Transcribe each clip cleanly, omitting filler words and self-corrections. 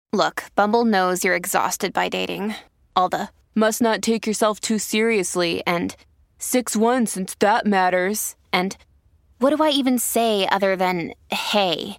Look, Bumble knows you're exhausted by dating. All the must not take yourself too seriously and 6'1" since that matters. And what do I even say other than hey?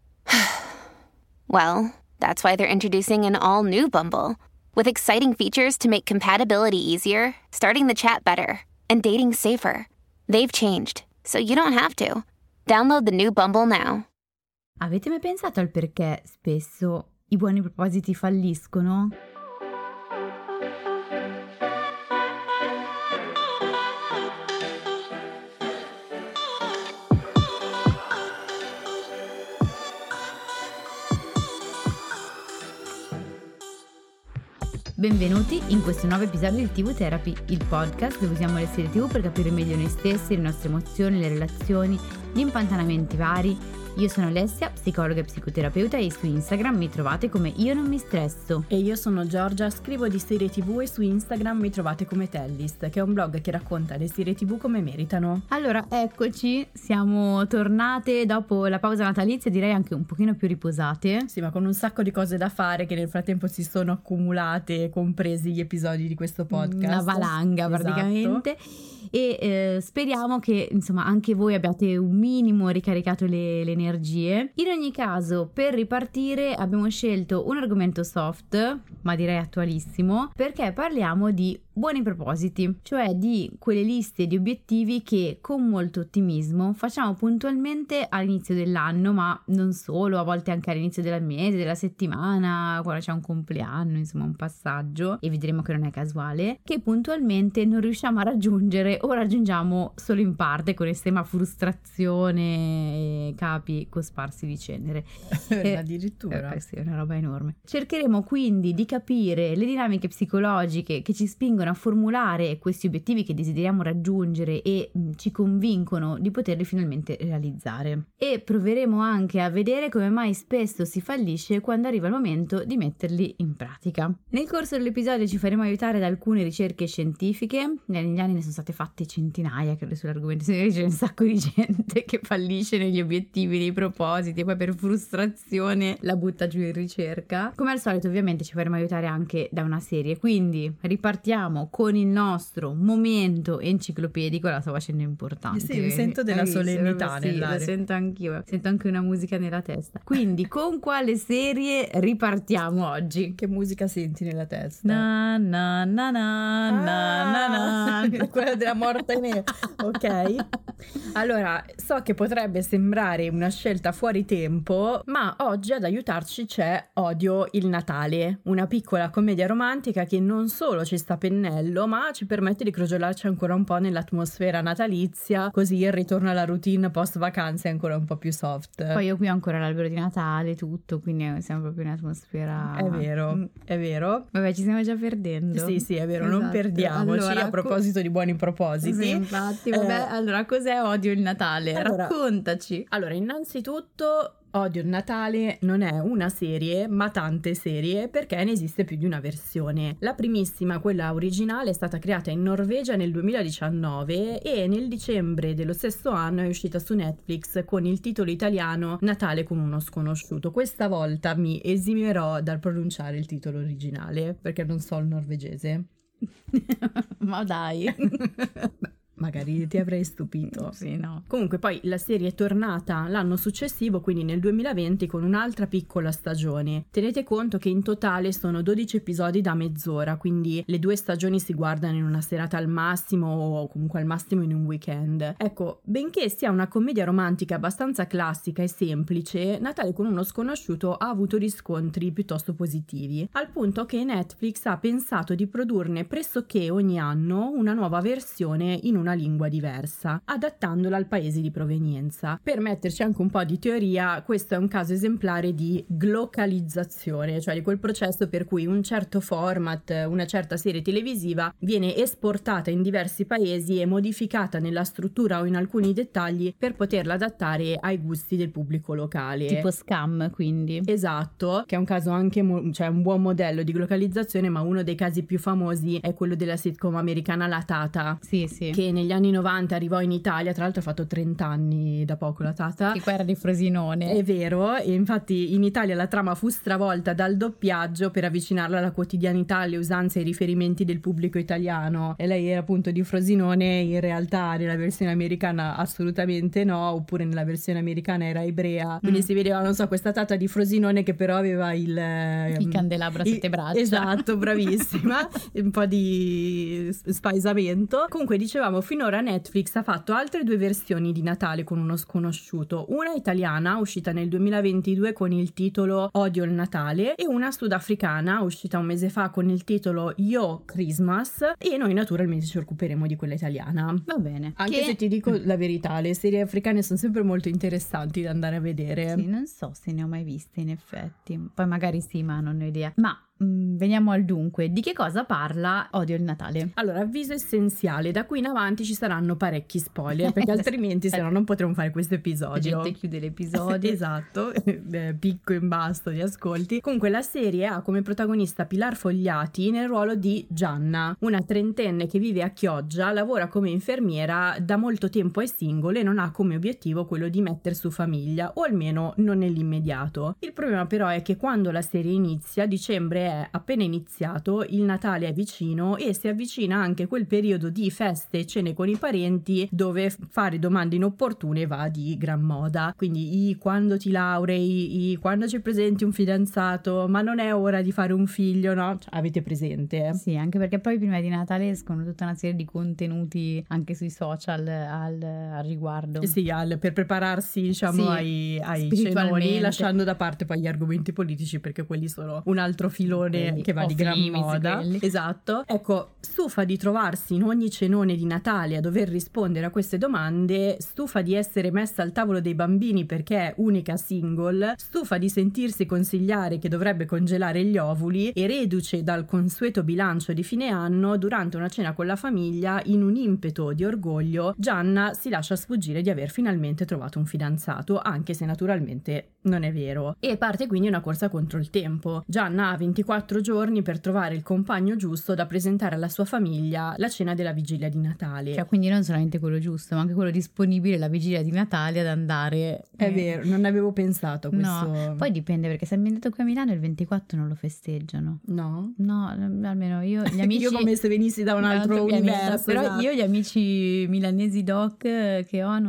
Well, that's why they're introducing an all-new Bumble with exciting features to make compatibility easier, starting the chat better, and dating safer. They've changed, so you don't have to. Download the new Bumble now. Avete mai pensato al perché spesso i buoni propositi falliscono? Benvenuti in questo nuovo episodio di TV Therapy, il podcast dove usiamo le serie TV per capire meglio noi stessi, le nostre emozioni, le relazioni, gli impantanamenti vari. Io sono Alessia, psicologa e psicoterapeuta, e su Instagram mi trovate come Io Non Mi Stresso. E io sono Giorgia, scrivo di serie TV e su Instagram mi trovate come Tellist, che è un blog che racconta le serie TV come meritano. Allora, eccoci, siamo tornate dopo la pausa natalizia, direi anche un pochino più riposate. Sì, ma con un sacco di cose da fare che nel frattempo si sono accumulate, compresi gli episodi di questo podcast. Una valanga, esatto. Praticamente. E speriamo che insomma anche voi abbiate un minimo ricaricato le energie. In ogni caso, per ripartire abbiamo scelto un argomento soft, ma direi attualissimo, perché parliamo di buoni propositi, cioè di quelle liste di obiettivi che con molto ottimismo facciamo puntualmente all'inizio dell'anno, ma non solo, a volte anche all'inizio del mese, della settimana, quando c'è un compleanno, insomma un passaggio, e vedremo che non è casuale, che puntualmente non riusciamo a raggiungere o raggiungiamo solo in parte con estrema frustrazione e capi cosparsi di cenere. Addirittura. Sì, è una roba enorme. Cercheremo quindi di capire le dinamiche psicologiche che ci spingono a formulare questi obiettivi che desideriamo raggiungere e ci convincono di poterli finalmente realizzare. E proveremo anche a vedere come mai spesso si fallisce quando arriva il momento di metterli in pratica. Nel corso dell'episodio ci faremo aiutare da alcune ricerche scientifiche. Negli anni ne sono state fatte centinaia, credo, sull'argomento. C'è un sacco di gente che fallisce negli obiettivi, nei propositi, e poi per frustrazione la butta giù in ricerca. Come al solito, ovviamente, ci faremo aiutare anche da una serie, quindi ripartiamo con il nostro momento enciclopedico. La sto facendo importante. Sì, mi sento della solennità nell'aria. Lo sento anch'io, sento anche una musica nella testa. Quindi con quale serie ripartiamo oggi? Che musica senti nella testa? Na na na na na na. Quella della morte nera. Ok. Allora, so che potrebbe sembrare una scelta fuori tempo, ma oggi ad aiutarci c'è Odio il Natale, una piccola commedia romantica che non solo ci sta a pennello, ma ci permette di crogiolarci ancora un po' nell'atmosfera natalizia, così il ritorno alla routine post vacanze è ancora un po' più soft. Poi io qui ho ancora l'albero di Natale, tutto, quindi siamo proprio in atmosfera. È vero, è vero. Vabbè, ci stiamo già perdendo. Sì, è vero, esatto. Non perdiamoci. Allora, a proposito di buoni propositi. Sì, infatti, vabbè, allora cos'è Odio il Natale? Allora, raccontaci. Allora, innanzitutto Odio il Natale non è una serie, ma tante serie, perché ne esiste più di una versione. La primissima, quella originale, è stata creata in Norvegia nel 2019 e nel dicembre dello stesso anno è uscita su Netflix con il titolo italiano Natale con uno sconosciuto. Questa volta mi esimerò dal pronunciare il titolo originale, perché non so il norvegese. Ma dai. Magari ti avrei stupito. Sì, no. Comunque poi la serie è tornata l'anno successivo, quindi nel 2020, con un'altra piccola stagione. Tenete conto che in totale sono 12 episodi da mezz'ora, quindi le 2 stagioni si guardano in una serata al massimo, o comunque al massimo in un weekend. Ecco, benché sia una commedia romantica abbastanza classica e semplice, Natale con uno sconosciuto ha avuto riscontri piuttosto positivi, al punto che Netflix ha pensato di produrne pressoché ogni anno una nuova versione in una lingua diversa, adattandola al paese di provenienza. Per metterci anche un po' di teoria, questo è un caso esemplare di glocalizzazione, cioè di quel processo per cui un certo format, una certa serie televisiva viene esportata in diversi paesi e modificata nella struttura o in alcuni dettagli per poterla adattare ai gusti del pubblico locale. Tipo Scam, quindi. Esatto, che è un caso anche cioè un buon modello di glocalizzazione, ma uno dei casi più famosi è quello della sitcom americana La Tata. Sì. Che negli anni 90 arrivò in Italia, tra l'altro ha fatto 30 anni da poco la Tata. Che qua era di Frosinone. È vero, e infatti in Italia la trama fu stravolta dal doppiaggio per avvicinarla alla quotidianità, alle usanze e ai riferimenti del pubblico italiano. E lei era appunto di Frosinone, in realtà nella versione americana assolutamente no, oppure nella versione americana era ebrea, quindi si vedeva, non so, questa Tata di Frosinone che però aveva il candelabro a 7 braccia. Esatto, bravissima. Un po' di spaesamento. Comunque dicevamo, finora Netflix ha fatto altre 2 versioni di Natale con uno sconosciuto, una italiana uscita nel 2022 con il titolo Odio il Natale e una sudafricana uscita un mese fa con il titolo Yo Christmas, e noi naturalmente ci occuperemo di quella italiana. Va bene. Anche se ti dico la verità, le serie africane sono sempre molto interessanti da andare a vedere. Sì, non so se ne ho mai viste in effetti, poi magari sì, ma non ho idea. Ma veniamo al dunque. Di che cosa parla Odio il Natale? Allora, avviso essenziale, da qui in avanti ci saranno parecchi spoiler, perché altrimenti se no non potremo fare questo episodio. La gente chiude l'episodio. Esatto, picco in basto di ascolti. Comunque la serie ha come protagonista Pilar Fogliati nel ruolo di Gianna, una trentenne che vive a Chioggia, lavora come infermiera, da molto tempo è single e non ha come obiettivo quello di mettere su famiglia, o almeno non nell'immediato. Il problema però è che quando la serie inizia, dicembre è appena iniziato, il Natale è vicino e si avvicina anche quel periodo di feste e cene con i parenti dove fare domande inopportune va di gran moda. Quindi quando ti laurei, quando ci presenti un fidanzato, ma non è ora di fare un figlio, no? Cioè, avete presente? Sì, anche perché poi prima di Natale escono tutta una serie di contenuti anche sui social al riguardo. Sì, per prepararsi, diciamo, sì, ai cenoni, lasciando da parte poi gli argomenti politici, perché quelli sono un altro filone che va di gran moda. Esatto. Ecco, stufa di trovarsi in ogni cenone di Natale a dover rispondere a queste domande, stufa di essere messa al tavolo dei bambini perché è unica single, stufa di sentirsi consigliare che dovrebbe congelare gli ovuli e reduce dal consueto bilancio di fine anno, durante una cena con la famiglia, in un impeto di orgoglio, Gianna si lascia sfuggire di aver finalmente trovato un fidanzato, anche se naturalmente non è vero. E parte quindi una corsa contro il tempo. Gianna ha 24 giorni per trovare il compagno giusto da presentare alla sua famiglia la cena della vigilia di Natale. Cioè, quindi non solamente quello giusto, ma anche quello disponibile la vigilia di Natale ad andare. È vero, non avevo pensato a questo. No, poi dipende, perché se mi detto qui a Milano il 24 non lo festeggiano. No? No, almeno io, gli amici... Io come se venissi da un altro universo. Però esatto. Io gli amici milanesi doc che ho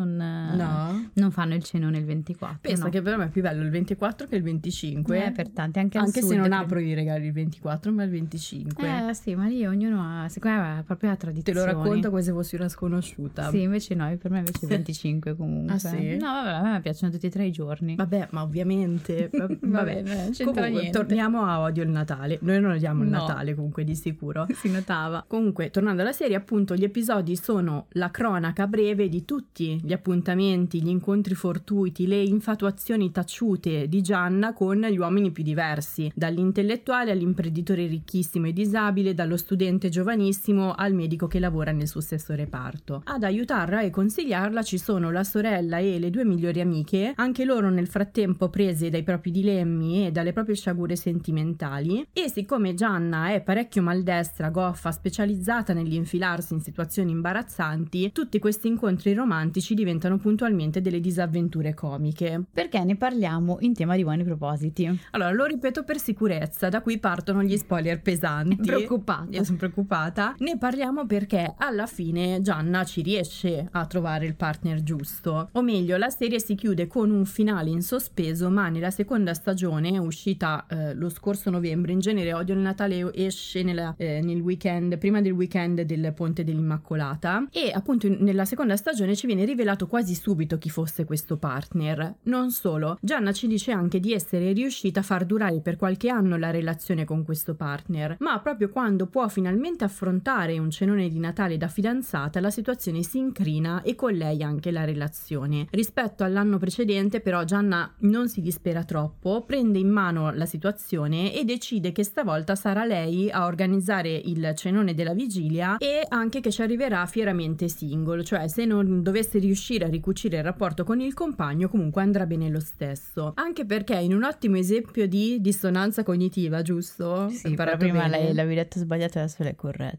non fanno il cenone il 24. Pensa che per me è più bello il 24 che il 25. Per tanti, anche al sud, se non apro i regali il 24, ma il 25. Sì, ma lì ognuno ha, secondo me è proprio la tradizione. Te lo racconto come se fossi una sconosciuta. Sì, invece no, per me invece il 25 comunque. Ah sì? No, vabbè, a me piacciono tutti e 3 i giorni. Vabbè, ma ovviamente. Vabbè, c'entra niente. Torniamo a Odio il Natale. Noi non odiamo il Natale, comunque, di sicuro. Si notava. Comunque, tornando alla serie, appunto, gli episodi sono la cronaca breve di tutti gli appuntamenti, gli incontri fortuiti, le infatuazioni taciute di Gianna con gli uomini più diversi, dall'intellettuale all'imprenditore ricchissimo e disabile, dallo studente giovanissimo al medico che lavora nel suo stesso reparto. Ad aiutarla e consigliarla ci sono la sorella e le 2 migliori amiche, anche loro nel frattempo prese dai propri dilemmi e dalle proprie sciagure sentimentali. E siccome Gianna è parecchio maldestra, goffa, specializzata nell'infilarsi in situazioni imbarazzanti, tutti questi incontri romantici diventano puntualmente delle disavventure comiche. Perché ne parliamo in tema di buoni propositi. Allora, lo ripeto per sicurezza, da qui partono gli spoiler pesanti. Preoccupata. Io sono preoccupata. Ne parliamo perché alla fine Gianna ci riesce a trovare il partner giusto. O meglio, la serie si chiude con un finale in sospeso, ma nella seconda stagione, uscita lo scorso novembre, in genere Odio il Natale esce nel weekend, prima del weekend del Ponte dell'Immacolata, e appunto nella seconda stagione ci viene rivelato quasi subito chi fosse questo partner. Non solo, Gianna ci dice anche di essere riuscita a far durare per qualche anno la relazione con questo partner, ma proprio quando può finalmente affrontare un cenone di Natale da fidanzata, la situazione si incrina e con lei anche la relazione. Rispetto all'anno precedente, però, Gianna non si dispera troppo, prende in mano la situazione e decide che stavolta sarà lei a organizzare il cenone della vigilia, e anche che ci arriverà fieramente single, cioè se non dovesse riuscire a ricucire il rapporto con il compagno, comunque andrà bene lo stesso. Anche perché in un ottimo esempio di dissonanza cognitiva, giusto? Sì, però prima lei l'avevi detto sbagliato e adesso l'hai corretto.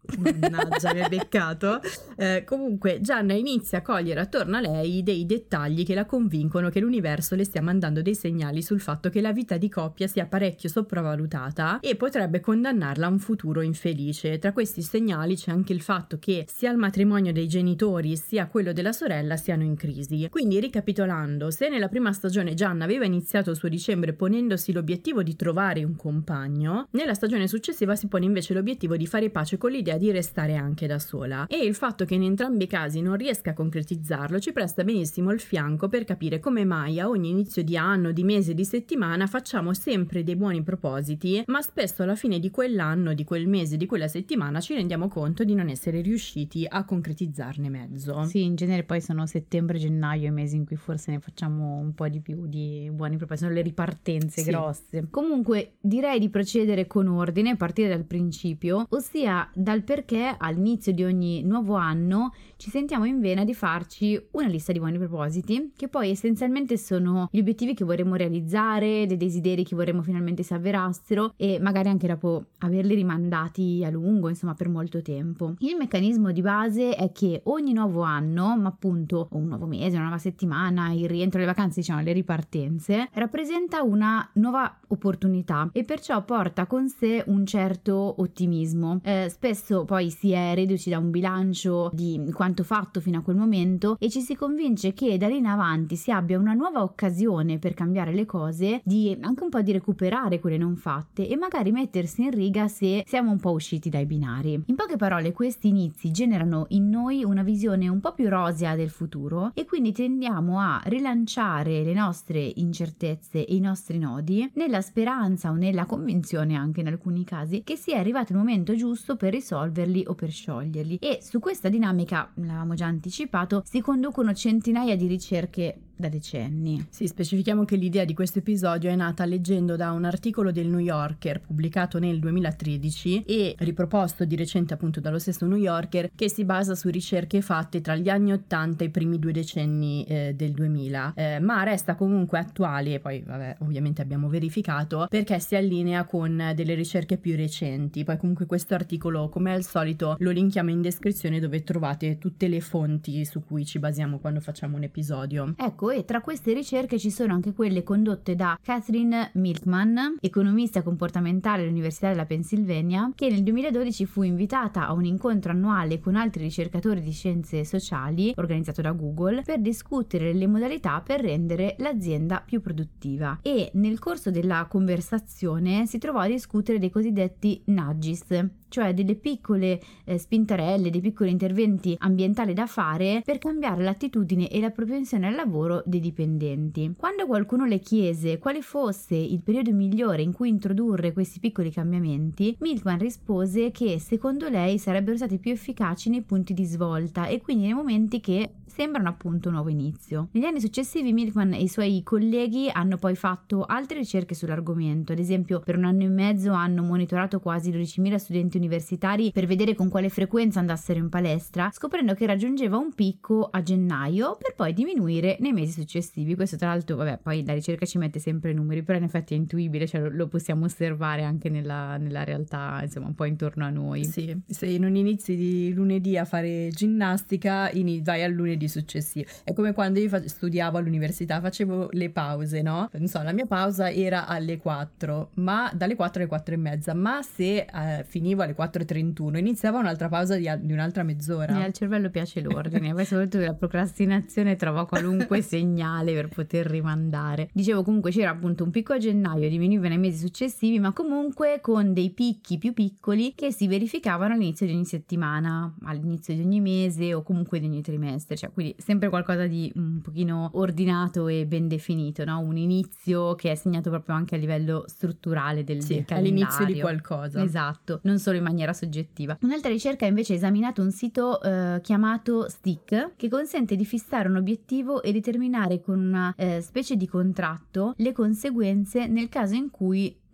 Mannaggia, mi hai beccato. Comunque Gianna inizia a cogliere attorno a lei dei dettagli che la convincono che l'universo le stia mandando dei segnali sul fatto che la vita di coppia sia parecchio sopravvalutata e potrebbe condannarla a un futuro infelice. Tra questi segnali c'è anche il fatto che sia il matrimonio dei genitori sia quello della sorella siano in crisi. Quindi, ricapitolando, se nella prima stagione Gianna aveva iniziato il suo dicembre ponendosi l'obiettivo di trovare un compagno, nella stagione successiva si pone invece l'obiettivo di fare pace con l'idea di restare anche da sola, e il fatto che in entrambi i casi non riesca a concretizzarlo ci presta benissimo il fianco per capire come mai a ogni inizio di anno, di mese, di settimana facciamo sempre dei buoni propositi, ma spesso alla fine di quell'anno, di quel mese, di quella settimana ci rendiamo conto di non essere riusciti a concretizzarne mezzo. Sì, in genere poi sono settembre, gennaio i mesi in cui forse ne facciamo un po' di più di buoni propositi, sono le ripartenze grosse. Comunque direi di procedere con ordine, partire dal principio, ossia dal perché all'inizio di ogni nuovo anno ci sentiamo in vena di farci una lista di buoni propositi, che poi essenzialmente sono gli obiettivi che vorremmo realizzare, dei desideri che vorremmo finalmente si avverassero e magari anche dopo averli rimandati a lungo, insomma per molto tempo. Il meccanismo di base è che ogni nuovo anno, ma appunto un nuovo mese, una nuova settimana, il rientro alle vacanze, diciamo le ripartenze, rappresenta una nuova opportunità e perciò porta con sé un certo ottimismo. Spesso poi si è reduci da un bilancio di quanto fatto fino a quel momento e ci si convince che da lì in avanti si abbia una nuova occasione per cambiare le cose, di anche un po' di recuperare quelle non fatte e magari mettersi in riga se siamo un po' usciti dai binari. In poche parole, questi inizi generano in noi una visione un po' più rosea del futuro e quindi tendiamo a rilanciare le nostre incertezze e i nostri nodi nella speranza o nella convinzione, anche in alcuni casi, che sia arrivato il momento giusto per risolverli o per scioglierli. E su questa dinamica, l'avevamo già anticipato, si conducono centinaia di ricerche da decenni. Sì, specifichiamo che l'idea di questo episodio è nata leggendo da un articolo del New Yorker pubblicato nel 2013 e riproposto di recente appunto dallo stesso New Yorker, che si basa su ricerche fatte tra gli anni 80 e i primi 2 decenni del 2000, ma resta comunque attuale e poi vabbè, ovviamente abbiamo verificato perché si allinea con delle ricerche più recenti. Poi comunque questo articolo, come al solito, lo linkiamo in descrizione dove trovate tutte le fonti su cui ci basiamo quando facciamo un episodio. Ecco, e tra queste ricerche ci sono anche quelle condotte da Catherine Milkman, economista comportamentale all'Università della Pennsylvania, che nel 2012 fu invitata a un incontro annuale con altri ricercatori di scienze sociali organizzato da Google per discutere le modalità per rendere l'azienda più produttiva, e nel corso della conversazione si trovò a discutere dei cosiddetti nudges, cioè delle piccole spintarelle, dei piccoli interventi ambientali da fare per cambiare l'attitudine e la propensione al lavoro dei dipendenti. Quando qualcuno le chiese quale fosse il periodo migliore in cui introdurre questi piccoli cambiamenti, Milkman rispose che secondo lei sarebbero stati più efficaci nei punti di svolta e quindi nei momenti che sembrano appunto un nuovo inizio. Negli anni successivi Milkman e i suoi colleghi hanno poi fatto altre ricerche sull'argomento. Ad esempio, per 1 anno e mezzo hanno monitorato quasi 12.000 studenti universitari per vedere con quale frequenza andassero in palestra, scoprendo che raggiungeva un picco a gennaio per poi diminuire nei mesi successivi. Questo tra l'altro, vabbè, poi la ricerca ci mette sempre numeri, però in effetti è intuibile, cioè lo possiamo osservare anche nella realtà, insomma, un po' intorno a noi. Sì, se non inizi di lunedì a fare ginnastica, vai al lunedì successivo. È come quando io studiavo all'università, facevo le pause, no? Non so, la mia pausa era alle 4, ma dalle 4 alle 4 e mezza, ma se finivo alle 4:31 iniziava un'altra pausa di un'altra mezz'ora. E al cervello piace l'ordine, poi soprattutto la procrastinazione trova qualunque segnale per poter rimandare. Dicevo, comunque c'era appunto un picco a gennaio, diminuiva nei mesi successivi, ma comunque con dei picchi più piccoli che si verificavano all'inizio di ogni settimana, all'inizio di ogni mese o comunque di ogni trimestre, cioè quindi sempre qualcosa di un pochino ordinato e ben definito, no? Un inizio che è segnato proprio anche a livello strutturale del calendario. All'inizio di qualcosa. Esatto, non solo in maniera soggettiva. Un'altra ricerca invece ha esaminato un sito chiamato Stick, che consente di fissare un obiettivo e determinare con una specie di contratto le conseguenze nel caso in cui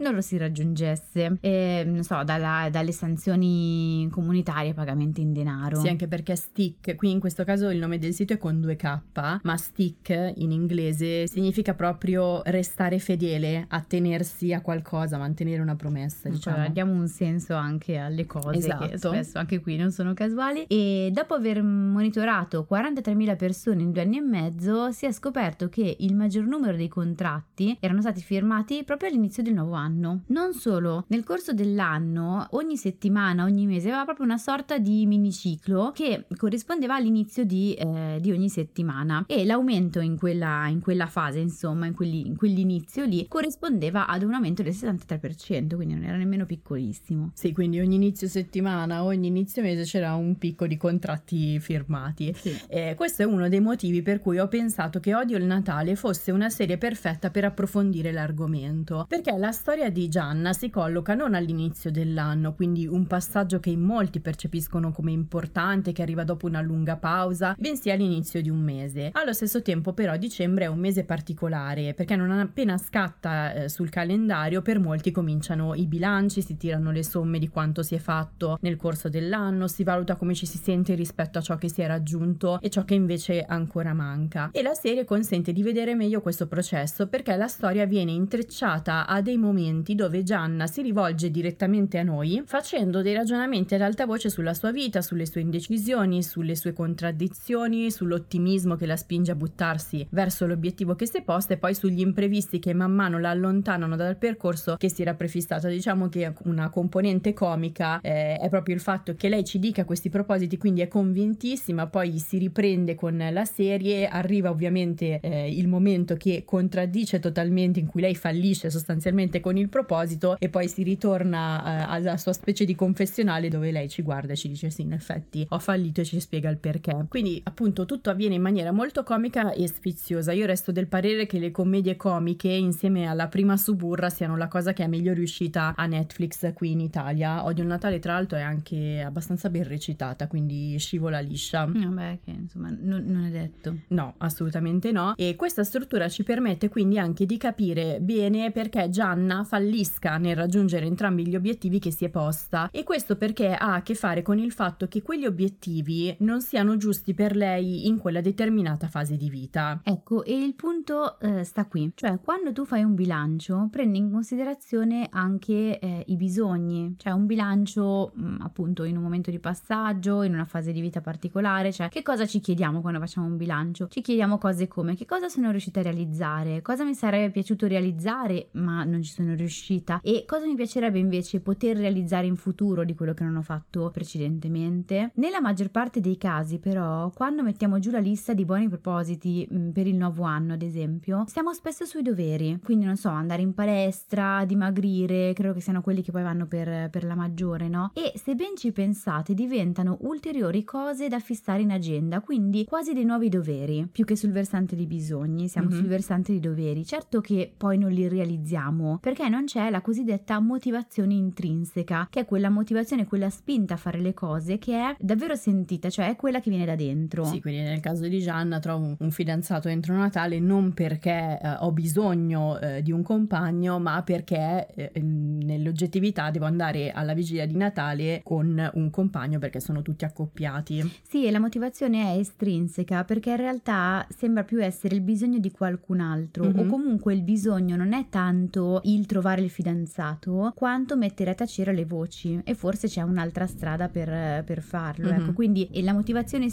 non lo si raggiungesse, non so, dalle sanzioni comunitarie, pagamenti in denaro. Sì, anche perché stick, qui in questo caso il nome del sito è con 2K, ma stick in inglese significa proprio restare fedele, attenersi a qualcosa, mantenere una promessa, diciamo. Cioè, diamo un senso anche alle cose, esatto, che spesso anche qui non sono casuali. E dopo aver monitorato 43.000 persone in 2 anni e mezzo, si è scoperto che il maggior numero dei contratti erano stati firmati proprio all'inizio del nuovo anno. Non solo, nel corso dell'anno, ogni settimana, ogni mese aveva proprio una sorta di miniciclo che corrispondeva all'inizio di ogni settimana, e l'aumento in quella fase, insomma, in quell'inizio lì, corrispondeva ad un aumento del 73%, quindi non era nemmeno piccolissimo. Sì, quindi ogni inizio settimana, ogni inizio mese c'era un picco di contratti firmati. Sì. Questo è uno dei motivi per cui ho pensato che Odio il Natale fosse una serie perfetta per approfondire l'argomento, perché la storia di Gianna si colloca non all'inizio dell'anno, quindi un passaggio che in molti percepiscono come importante, che arriva dopo una lunga pausa, bensì all'inizio di un mese. Allo stesso tempo però dicembre è un mese particolare, perché non appena scatta sul calendario, per molti cominciano i bilanci, si tirano le somme di quanto si è fatto nel corso dell'anno, si valuta come ci si sente rispetto a ciò che si è raggiunto e ciò che invece ancora manca. E la serie consente di vedere meglio questo processo, perché la storia viene intrecciata a dei momenti dove Gianna si rivolge direttamente a noi, facendo dei ragionamenti ad alta voce sulla sua vita, sulle sue indecisioni, sulle sue contraddizioni, sull'ottimismo che la spinge a buttarsi verso l'obiettivo che si è posta, e poi sugli imprevisti che man mano la allontanano dal percorso che si era prefissato. Diciamo che una componente comica è proprio il fatto che lei ci dica questi propositi, quindi è convintissima, poi si riprende con la serie, arriva ovviamente il momento che contraddice totalmente, in cui lei fallisce sostanzialmente con il proposito, e poi si ritorna alla sua specie di confessionale dove lei ci guarda e ci dice sì, in effetti ho fallito, e ci spiega il perché. Quindi appunto tutto avviene in maniera molto comica e sfiziosa. Io resto del parere che le commedie comiche insieme alla Prima Suburra siano la cosa che è meglio riuscita a Netflix qui in Italia. Odio il Natale tra l'altro è anche abbastanza ben recitata, quindi scivola liscia. Vabbè, che insomma non è detto. No, assolutamente no. E questa struttura ci permette quindi anche di capire bene perché Gianna fallisca nel raggiungere entrambi gli obiettivi che si è posta, e questo perché ha a che fare con il fatto che quegli obiettivi non siano giusti per lei in quella determinata fase di vita. Ecco, e il punto sta qui, cioè quando tu fai un bilancio prendi in considerazione anche i bisogni, cioè un bilancio appunto in un momento di passaggio, in una fase di vita particolare. Cioè che cosa ci chiediamo quando facciamo un bilancio? Ci chiediamo cose come: che cosa sono riuscita a realizzare, cosa mi sarebbe piaciuto realizzare ma non ci sono riuscita, e cosa mi piacerebbe invece poter realizzare in futuro di quello che non ho fatto precedentemente. Nella maggior parte dei casi però, quando mettiamo giù la lista di buoni propositi per il nuovo anno, ad esempio, siamo spesso sui doveri, quindi non so, andare in palestra, dimagrire, credo che siano quelli che poi vanno per la maggiore, no? E se ben ci pensate diventano ulteriori cose da fissare in agenda, quindi quasi dei nuovi doveri, più che sul versante dei bisogni, siamo sul versante dei doveri. Certo che poi non li realizziamo perché non c'è la cosiddetta motivazione intrinseca, che è quella motivazione, quella spinta a fare le cose che è davvero sentita, cioè è quella che viene da dentro. Sì, quindi nel caso di Gianna trovo un fidanzato entro Natale non perché ho bisogno di un compagno, ma perché nell'oggettività devo andare alla vigilia di Natale con un compagno perché sono tutti accoppiati. Sì, e la motivazione è estrinseca perché in realtà sembra più essere il bisogno di qualcun altro, o comunque il bisogno non è tanto il trovare il fidanzato quanto mettere a tacere le voci, e forse c'è un'altra strada per farlo, ecco. Quindi la motivazione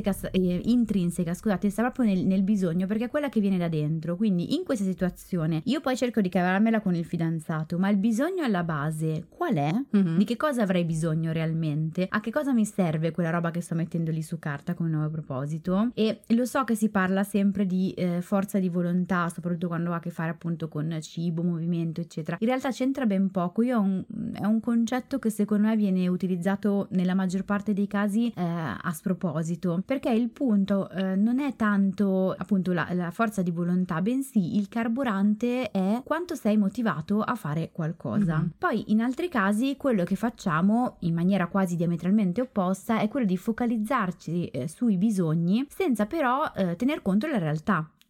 intrinseca, scusate, sta proprio nel bisogno, perché è quella che viene da dentro. Quindi in questa situazione io poi cerco di cavarmela con il fidanzato, ma il bisogno alla base qual è? Di che cosa avrei bisogno realmente? A che cosa mi serve quella roba che sto mettendo lì su carta come nuovo proposito? E lo so che si parla sempre di forza di volontà, soprattutto quando ha a che fare appunto con cibo, movimento, eccetera. In realtà c'entra ben poco. È un concetto che secondo me viene utilizzato nella maggior parte dei casi a sproposito, perché il punto non è tanto appunto la forza di volontà, bensì il carburante è quanto sei motivato a fare qualcosa. Poi in altri casi quello che facciamo in maniera quasi diametralmente opposta è quello di focalizzarci sui bisogni senza però tener conto della realtà.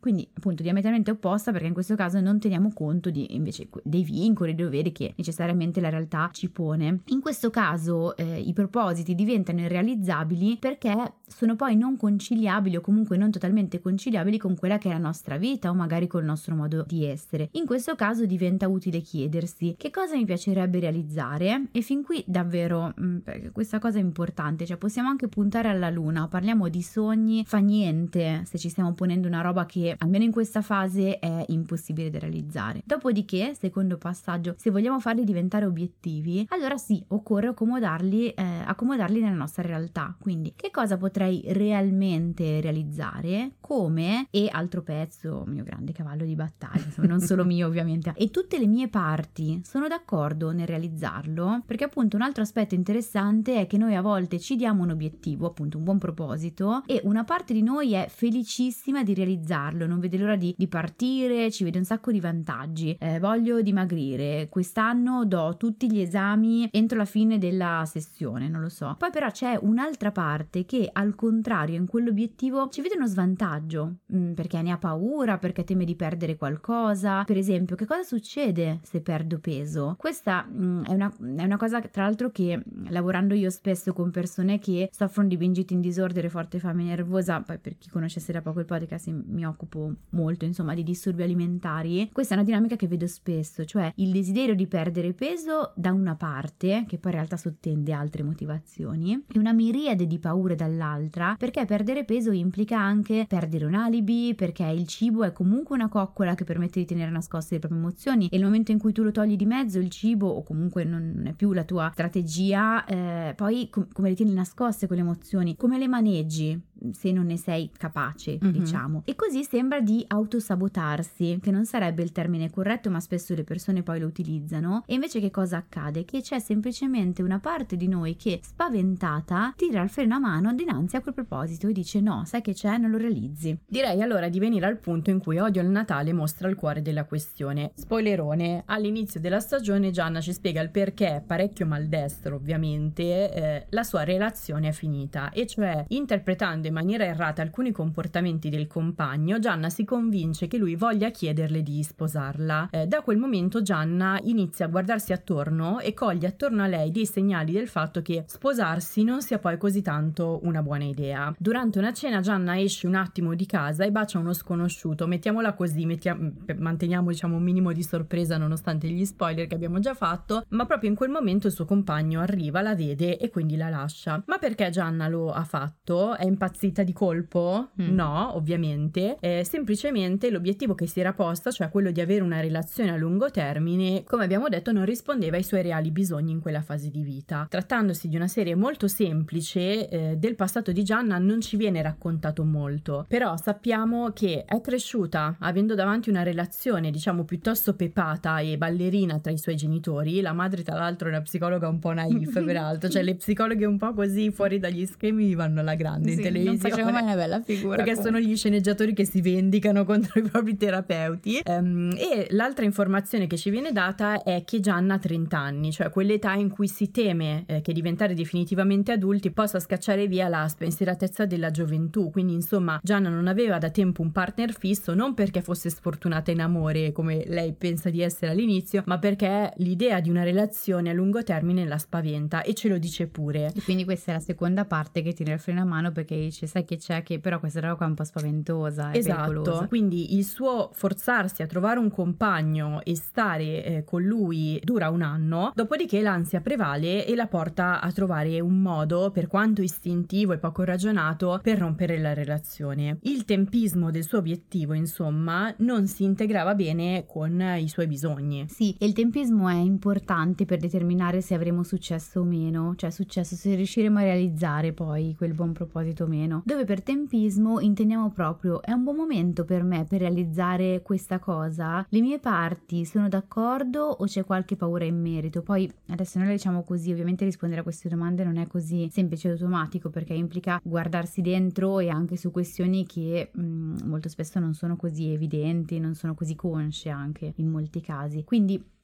quindi appunto diametralmente opposta, perché in questo caso non teniamo conto di invece dei vincoli, dei doveri che necessariamente la realtà ci pone. In questo caso i propositi diventano irrealizzabili perché sono poi non conciliabili o comunque non totalmente conciliabili con quella che è la nostra vita o magari col nostro modo di essere. In questo caso diventa utile chiedersi che cosa mi piacerebbe realizzare, e fin qui davvero perché questa cosa è importante, cioè possiamo anche puntare alla luna, parliamo di sogni, fa niente se ci stiamo ponendo una roba che almeno in questa fase è impossibile da realizzare. Dopodiché, secondo passaggio, se vogliamo farli diventare obiettivi, allora sì, occorre accomodarli nella nostra realtà. Quindi che cosa potrei realmente realizzare, come, e altro pezzo, mio grande cavallo di battaglia, insomma, non solo mio ovviamente, e tutte le mie parti sono d'accordo nel realizzarlo, perché appunto un altro aspetto interessante è che noi a volte ci diamo un obiettivo, appunto un buon proposito, e una parte di noi è felicissima di realizzarlo, non vede l'ora di partire, ci vede un sacco di vantaggi, voglio dimagrire, quest'anno do tutti gli esami entro la fine della sessione, non lo so. Poi però c'è un'altra parte che al contrario in quell'obiettivo ci vede uno svantaggio, perché ne ha paura, perché teme di perdere qualcosa. Per esempio, che cosa succede se perdo peso? Questa è una cosa tra l'altro che, lavorando io spesso con persone che soffrono di binge eating disorder e forte fame nervosa, poi per chi conoscesse da poco il podcast mi occupo molto insomma di disturbi alimentari, questa è una dinamica che vedo spesso, cioè il desiderio di perdere peso da una parte, che poi in realtà sottende altre motivazioni, e una miriade di paure dall'altra, perché perdere peso implica anche perdere un alibi, perché il cibo è comunque una coccola che permette di tenere nascoste le proprie emozioni, e nel momento in cui tu lo togli di mezzo il cibo, o comunque non è più la tua strategia, poi come le tieni nascoste quelle emozioni, come le maneggi se non ne sei capace, diciamo. E così sembra di autosabotarsi, che non sarebbe il termine corretto, ma spesso le persone poi lo utilizzano. E invece che cosa accade? Che c'è semplicemente una parte di noi che, spaventata, tira il freno a mano dinanzi a quel proposito e dice no, sai che c'è, non lo realizzi. Direi allora di venire al punto in cui Odio al Natale mostra il cuore della questione. Spoilerone, all'inizio della stagione Gianna ci spiega il perché, parecchio maldestro ovviamente, la sua relazione è finita, e cioè interpretando in maniera errata alcuni comportamenti del compagno, Gianna si convince che lui voglia chiederle di sposarla. Da quel momento Gianna inizia a guardarsi attorno e coglie attorno a lei dei segnali del fatto che sposarsi non sia poi così tanto una buona idea. Durante una cena Gianna esce un attimo di casa e bacia uno sconosciuto, mettiamola così, manteniamo diciamo un minimo di sorpresa nonostante gli spoiler che abbiamo già fatto, ma proprio in quel momento il suo compagno arriva, la vede e quindi la lascia. Ma perché Gianna lo ha fatto? È impazzita di colpo? No, ovviamente. Semplicemente l'obiettivo che si era posta, cioè quello di avere una relazione a lungo termine, come abbiamo detto, non rispondeva ai suoi reali bisogni in quella fase di vita. Trattandosi di una serie molto semplice, del passato di Gianna non ci viene raccontato molto, però sappiamo che è cresciuta avendo davanti una relazione diciamo piuttosto pepata e ballerina tra i suoi genitori. La madre tra l'altro è una psicologa un po' naif peraltro, cioè le psicologhe un po' così fuori dagli schemi vanno alla grande in televisione. Non facciamo mai una bella figura perché comunque. sono gli sceneggiatori che si vendicano contro i propri terapeuti. E l'altra informazione che ci viene data è che Gianna ha 30 anni, cioè quell'età in cui si teme che diventare definitivamente adulti possa scacciare via la spensieratezza della gioventù. Quindi insomma Gianna non aveva da tempo un partner fisso, non perché fosse sfortunata in amore come lei pensa di essere all'inizio, ma perché l'idea di una relazione a lungo termine la spaventa, e ce lo dice pure. E quindi questa è la seconda parte che tira il freno a mano, perché dice sai che c'è, che però questa roba qua è un po' spaventosa, è pericolosa. Quindi il suo forzarsi a trovare un compagno e stare con lui dura un anno, dopodiché l'ansia prevale e la porta a trovare un modo, per quanto istintivo e poco ragionato, per rompere la relazione. Il tempismo del suo obiettivo insomma non si integrava bene con i suoi bisogni. Sì, e il tempismo è importante per determinare se avremo successo o meno, cioè successo se riusciremo a realizzare poi quel buon proposito o meno, dove per tempismo intendiamo proprio è un buon momento per me per realizzare questa cosa, le mie parti sono d'accordo o c'è qualche paura in merito. Poi adesso noi la diciamo così, ovviamente rispondere a queste domande non è così semplice e automatico, perché implica guardarsi dentro e anche su questioni che molto spesso non sono così evidenti, non sono così consce anche in molti casi. Quindi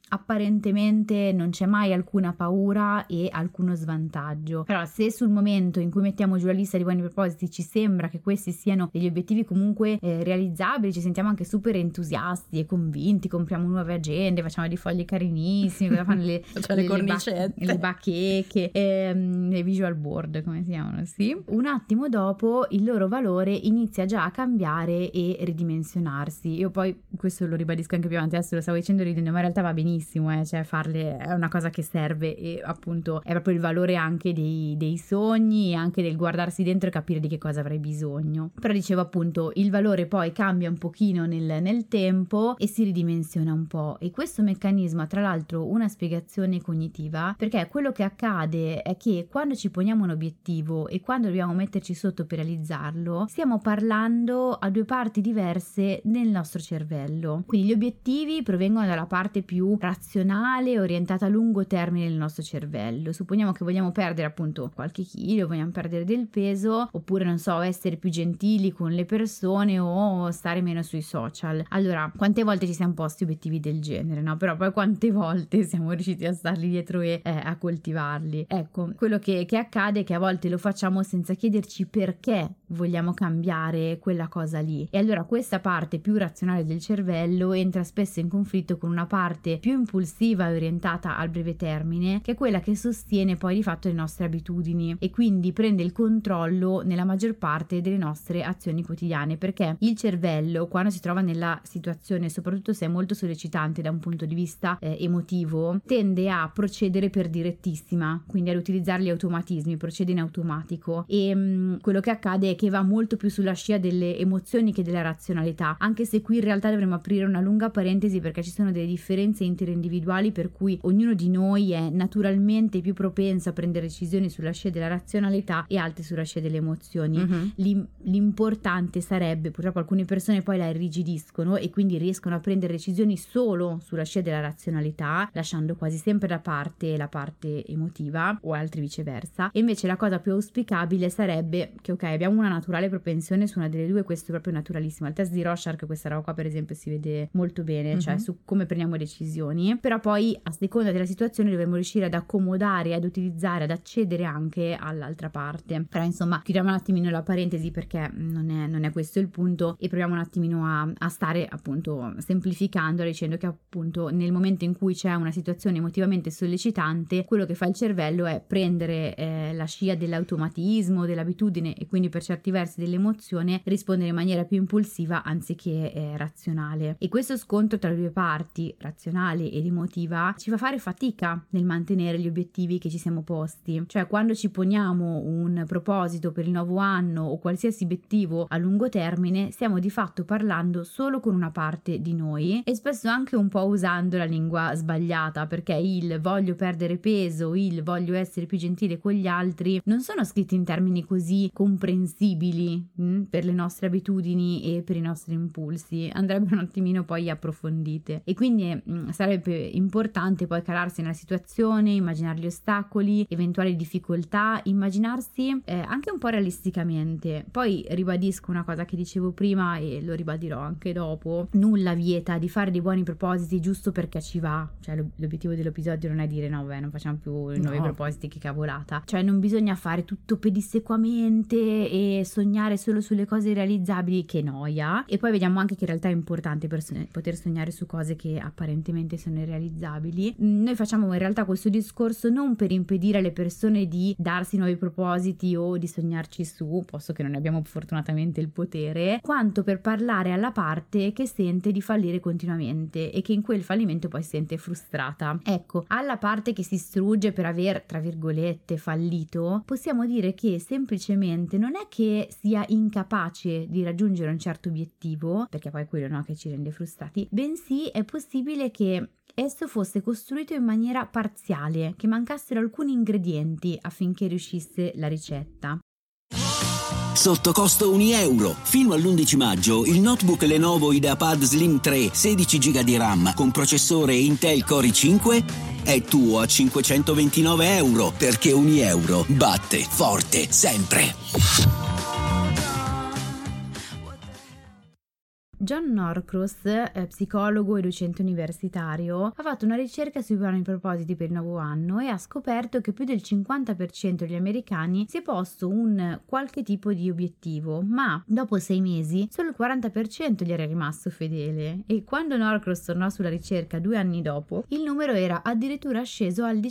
apparentemente non c'è mai alcuna paura e alcuno svantaggio. Però se sul momento in cui mettiamo giù la lista di buoni propositi ci sembra che questi siano degli obiettivi comunque realizzabili, ci sentiamo anche super entusiasti e convinti, compriamo nuove agende, facciamo dei fogli carinissimi, fanno le cornicette, le bacheche, le visual board, come si chiamano, sì. Un attimo dopo il loro valore inizia già a cambiare e ridimensionarsi. Io poi questo lo ribadisco anche più avanti, adesso lo stavo dicendo ridendo, ma in realtà va benissimo, cioè farle è una cosa che serve, e appunto è proprio il valore anche dei sogni e anche del guardarsi dentro e capire di che cosa avrai bisogno. Però dicevo appunto, il valore poi cambia un pochino nel tempo e si ridimensiona un po', e questo meccanismo ha tra l'altro una spiegazione cognitiva, perché quello che accade è che quando ci poniamo un obiettivo e quando dobbiamo metterci sotto per realizzarlo, stiamo parlando a due parti diverse nel nostro cervello. Quindi gli obiettivi provengono dalla parte più razionale, orientata a lungo termine del nostro cervello. Supponiamo che vogliamo perdere appunto qualche chilo, vogliamo perdere del peso, oppure non so, essere più gentili con le persone o stare meno sui social. Allora, quante volte ci siamo posti obiettivi del genere, no? Però poi quante volte siamo riusciti a starli dietro e a coltivarli? Ecco, quello che accade è che a volte lo facciamo senza chiederci perché vogliamo cambiare quella cosa lì, e allora questa parte più razionale del cervello entra spesso in conflitto con una parte più impulsiva e orientata al breve termine, che è quella che sostiene poi di fatto le nostre abitudini e quindi prende il controllo nella maggior parte delle nostre azioni quotidiane, perché il cervello, quando si trova nella situazione, soprattutto se è molto sollecitante da un punto di vista emotivo, tende a procedere per direttissima, quindi ad utilizzare gli automatismi, procede in automatico, e quello che accade è che va molto più sulla scia delle emozioni che della razionalità, anche se qui in realtà dovremmo aprire una lunga parentesi, perché ci sono delle differenze interindividuali per cui ognuno di noi è naturalmente più propenso a prendere decisioni sulla scia della razionalità e altri sulla scia delle emozioni. L'importante sarebbe, purtroppo alcune persone poi la irrigidiscono e quindi riescono a prendere decisioni solo sulla scia della razionalità, lasciando quasi sempre da parte la parte emotiva, o altri viceversa. E invece la cosa più auspicabile sarebbe che ok, abbiamo una naturale propensione su una delle due, questo è proprio naturalissimo. Al test di Rorschach questa roba qua per esempio si vede molto bene, cioè su come prendiamo decisioni, però poi a seconda della situazione dovremmo riuscire ad accomodare, ad utilizzare, ad accedere anche all'altra parte. Però insomma chiudiamo un attimino la parentesi, perché non è questo il punto, e proviamo un attimino a stare appunto semplificando, dicendo che appunto nel momento in cui c'è una situazione emotivamente sollecitante, quello che fa il cervello è prendere la scia dell'automatismo, dell'abitudine e quindi per certi versi dell'emozione, rispondere in maniera più impulsiva anziché razionale. E questo scontro tra le due parti, razionale ed emotiva, ci fa fare fatica nel mantenere gli obiettivi che ci siamo posti. Cioè quando ci poniamo un proposito per il nuovo anno o qualsiasi obiettivo a lungo termine, stiamo di fatto parlando solo con una parte di noi, e spesso anche un po' usando la lingua sbagliata, perché il voglio perdere peso, il voglio essere più gentile con gli altri non sono scritti in termini così comprensibili per le nostre abitudini e per i nostri impulsi, andrebbero un attimino poi approfondite, e quindi sarebbe importante poi calarsi nella situazione, immaginare gli ostacoli, eventuali difficoltà, immaginarsi anche un po' realisticamente. Poi ribadisco una cosa che dicevo prima e lo ribadirò anche dopo: nulla vieta di fare dei buoni propositi giusto perché ci va, cioè l'obiettivo dell'episodio non è dire no vabbè non facciamo più nuovi propositi, che cavolata, cioè non bisogna fare tutto pedissequamente e sognare solo sulle cose realizzabili, che noia. E poi vediamo anche che in realtà è importante poter sognare su cose che apparentemente sono irrealizzabili. Noi facciamo in realtà questo discorso non per impedire alle persone di darsi nuovi propositi o di sognarci su, posto che non ne abbiamo fortunatamente il potere, quanto per parlare alla parte che sente di fallire continuamente e che in quel fallimento poi si sente frustrata. Ecco, alla parte che si strugge per aver, tra virgolette, fallito, possiamo dire che semplicemente non è che sia incapace di raggiungere un certo obiettivo, perché poi è quello, no, che ci rende frustrati, bensì è possibile che esso fosse costruito in maniera parziale, che mancassero alcuni ingredienti affinché riuscisse la ricetta. Sotto costo €1. Fino all'11 maggio il notebook Lenovo IdeaPad Slim 3 16 GB di RAM con processore Intel Core i5 è tuo a €529, perché €1 batte forte sempre. John Norcross, psicologo e docente universitario, ha fatto una ricerca sui buoni propositi per il nuovo anno e ha scoperto che più del 50% degli americani si è posto un qualche tipo di obiettivo, ma dopo 6 mesi solo il 40% gli era rimasto fedele, e quando Norcross tornò sulla ricerca 2 anni dopo il numero era addirittura sceso al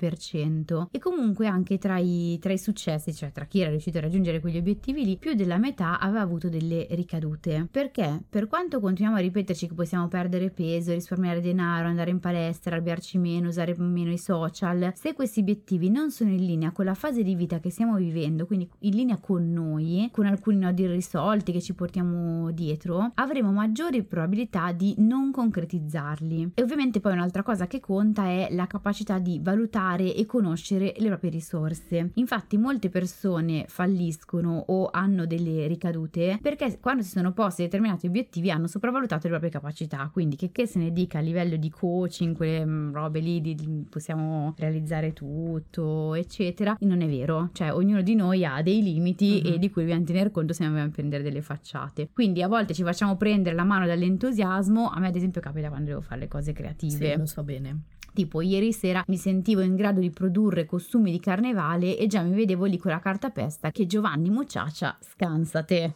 19%, e comunque anche tra i successi, cioè tra chi era riuscito a raggiungere quegli obiettivi lì, più della metà aveva avuto delle ricadute. Perché? Per quanto continuiamo a ripeterci che possiamo perdere peso, risparmiare denaro, andare in palestra, arrabbiarci meno, usare meno i social, se questi obiettivi non sono in linea con la fase di vita che stiamo vivendo, quindi in linea con noi, con alcuni nodi irrisolti che ci portiamo dietro, avremo maggiori probabilità di non concretizzarli. E ovviamente poi un'altra cosa che conta è la capacità di valutare e conoscere le proprie risorse. Infatti molte persone falliscono o hanno delle ricadute perché quando si sono posti determinati obiettivi hanno sopravvalutato le proprie capacità. Quindi che se ne dica a livello di coaching, quelle robe lì di possiamo realizzare tutto eccetera, non è vero, cioè ognuno di noi ha dei limiti e di cui dobbiamo tener conto se non dobbiamo prendere delle facciate. Quindi a volte ci facciamo prendere la mano dall'entusiasmo. A me ad esempio capita quando devo fare le cose creative. Sì, lo so bene. Tipo ieri sera mi sentivo in grado di produrre costumi di carnevale e già mi vedevo lì con la cartapesta che Giovanni Mucciaccia scansate.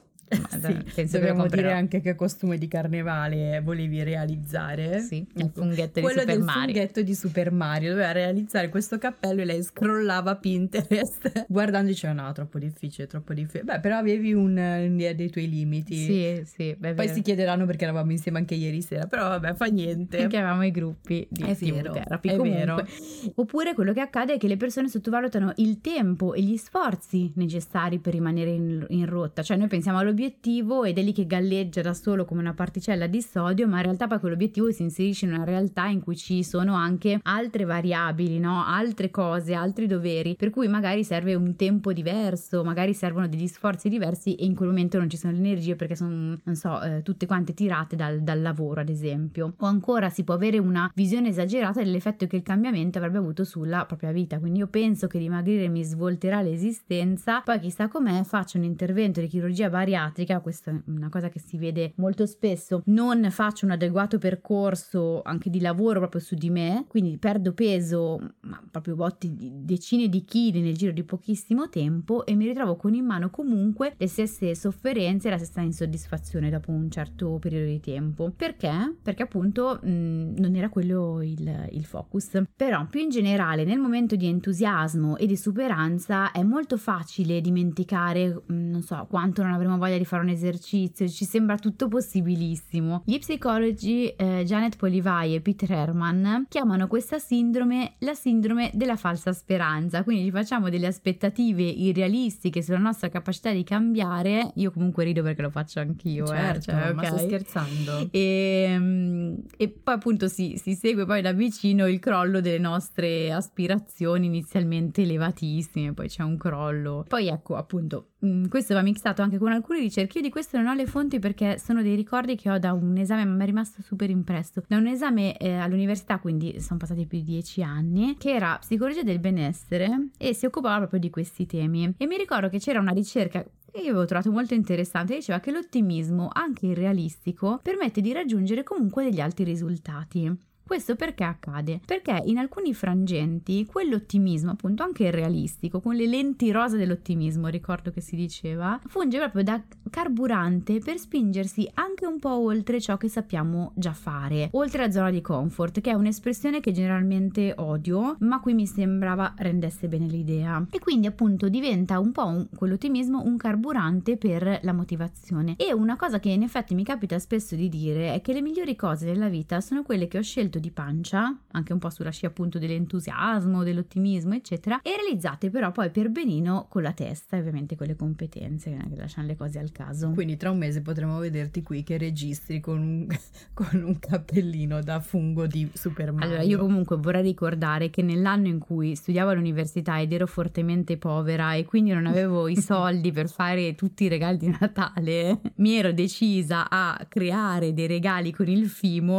Sì, dobbiamo dire anche che costume di carnevale volevi realizzare. Sì, il funghetto quello di Super del Mario. funghetto di Super Mario, doveva realizzare questo cappello e lei scrollava Pinterest guardando, diceva no, troppo difficile. Beh, però avevi un'idea dei tuoi limiti. Sì, beh, poi si chiederanno perché eravamo insieme anche ieri sera, però vabbè, fa niente. Perché avevamo i gruppi di vero, therapy. è Comunque, vero. Oppure quello che accade è che le persone sottovalutano il tempo e gli sforzi necessari per rimanere in rotta. Cioè noi pensiamo all'obiettivo ed è lì che galleggia da solo come una particella di sodio, ma in realtà poi quell'obiettivo si inserisce in una realtà in cui ci sono anche altre variabili, no? Altre cose, altri doveri, per cui magari serve un tempo diverso, magari servono degli sforzi diversi e in quel momento non ci sono le energie perché sono, non so, tutte quante tirate dal lavoro ad esempio. O ancora si può avere una visione esagerata dell'effetto che il cambiamento avrebbe avuto sulla propria vita. Quindi io penso che dimagrire mi svolterà l'esistenza, poi chissà com'è, faccio un intervento di chirurgia bariatrica, questa è una cosa che si vede molto spesso, non faccio un adeguato percorso anche di lavoro proprio su di me, quindi perdo peso, ma proprio decine di chili nel giro di pochissimo tempo e mi ritrovo con in mano comunque le stesse sofferenze e la stessa insoddisfazione dopo un certo periodo di tempo. Perché? Perché appunto non era quello il focus. Però più in generale nel momento di entusiasmo e di superanza è molto facile dimenticare, non so, quanto non avremo voglia di fare un esercizio, ci sembra tutto possibilissimo. Gli psicologi Janet Polivai e Peter Herman chiamano questa sindrome la sindrome della falsa speranza, quindi ci facciamo delle aspettative irrealistiche sulla nostra capacità di cambiare. Io comunque rido perché lo faccio anch'io, certo, cioè, ma sto scherzando. E poi appunto si segue poi da vicino il crollo delle nostre aspirazioni inizialmente elevatissime, poi c'è un crollo. Poi ecco appunto questo va mixato anche con alcune ricerche. Io di questo non ho le fonti perché sono dei ricordi che ho da un esame, ma mi è rimasto super impresso, da un esame all'università, quindi sono passati più di 10 anni, che era psicologia del benessere e si occupava proprio di questi temi. E mi ricordo che c'era una ricerca che io avevo trovato molto interessante, diceva che l'ottimismo, anche irrealistico, permette di raggiungere comunque degli alti risultati. Questo perché accade? Perché in alcuni frangenti quell'ottimismo, appunto anche irrealistico, con le lenti rosa dell'ottimismo, ricordo che si diceva, funge proprio da carburante per spingersi anche un po' oltre ciò che sappiamo già fare, oltre la zona di comfort, che è un'espressione che generalmente odio, ma qui mi sembrava rendesse bene l'idea. E quindi appunto diventa un po' quell'ottimismo un carburante per la motivazione. E una cosa che in effetti mi capita spesso di dire è che le migliori cose della vita sono quelle che ho scelto di pancia, anche un po' sulla scia appunto dell'entusiasmo, dell'ottimismo eccetera, e realizzate però poi per benino con la testa e ovviamente con le competenze, che lasciano le cose al caso. Quindi tra un mese potremo vederti qui che registri con un cappellino da fungo di Super Mario. Allora io comunque vorrei ricordare che nell'anno in cui studiavo all'università ed ero fortemente povera e quindi non avevo i soldi per fare tutti i regali di Natale, mi ero decisa a creare dei regali con il Fimo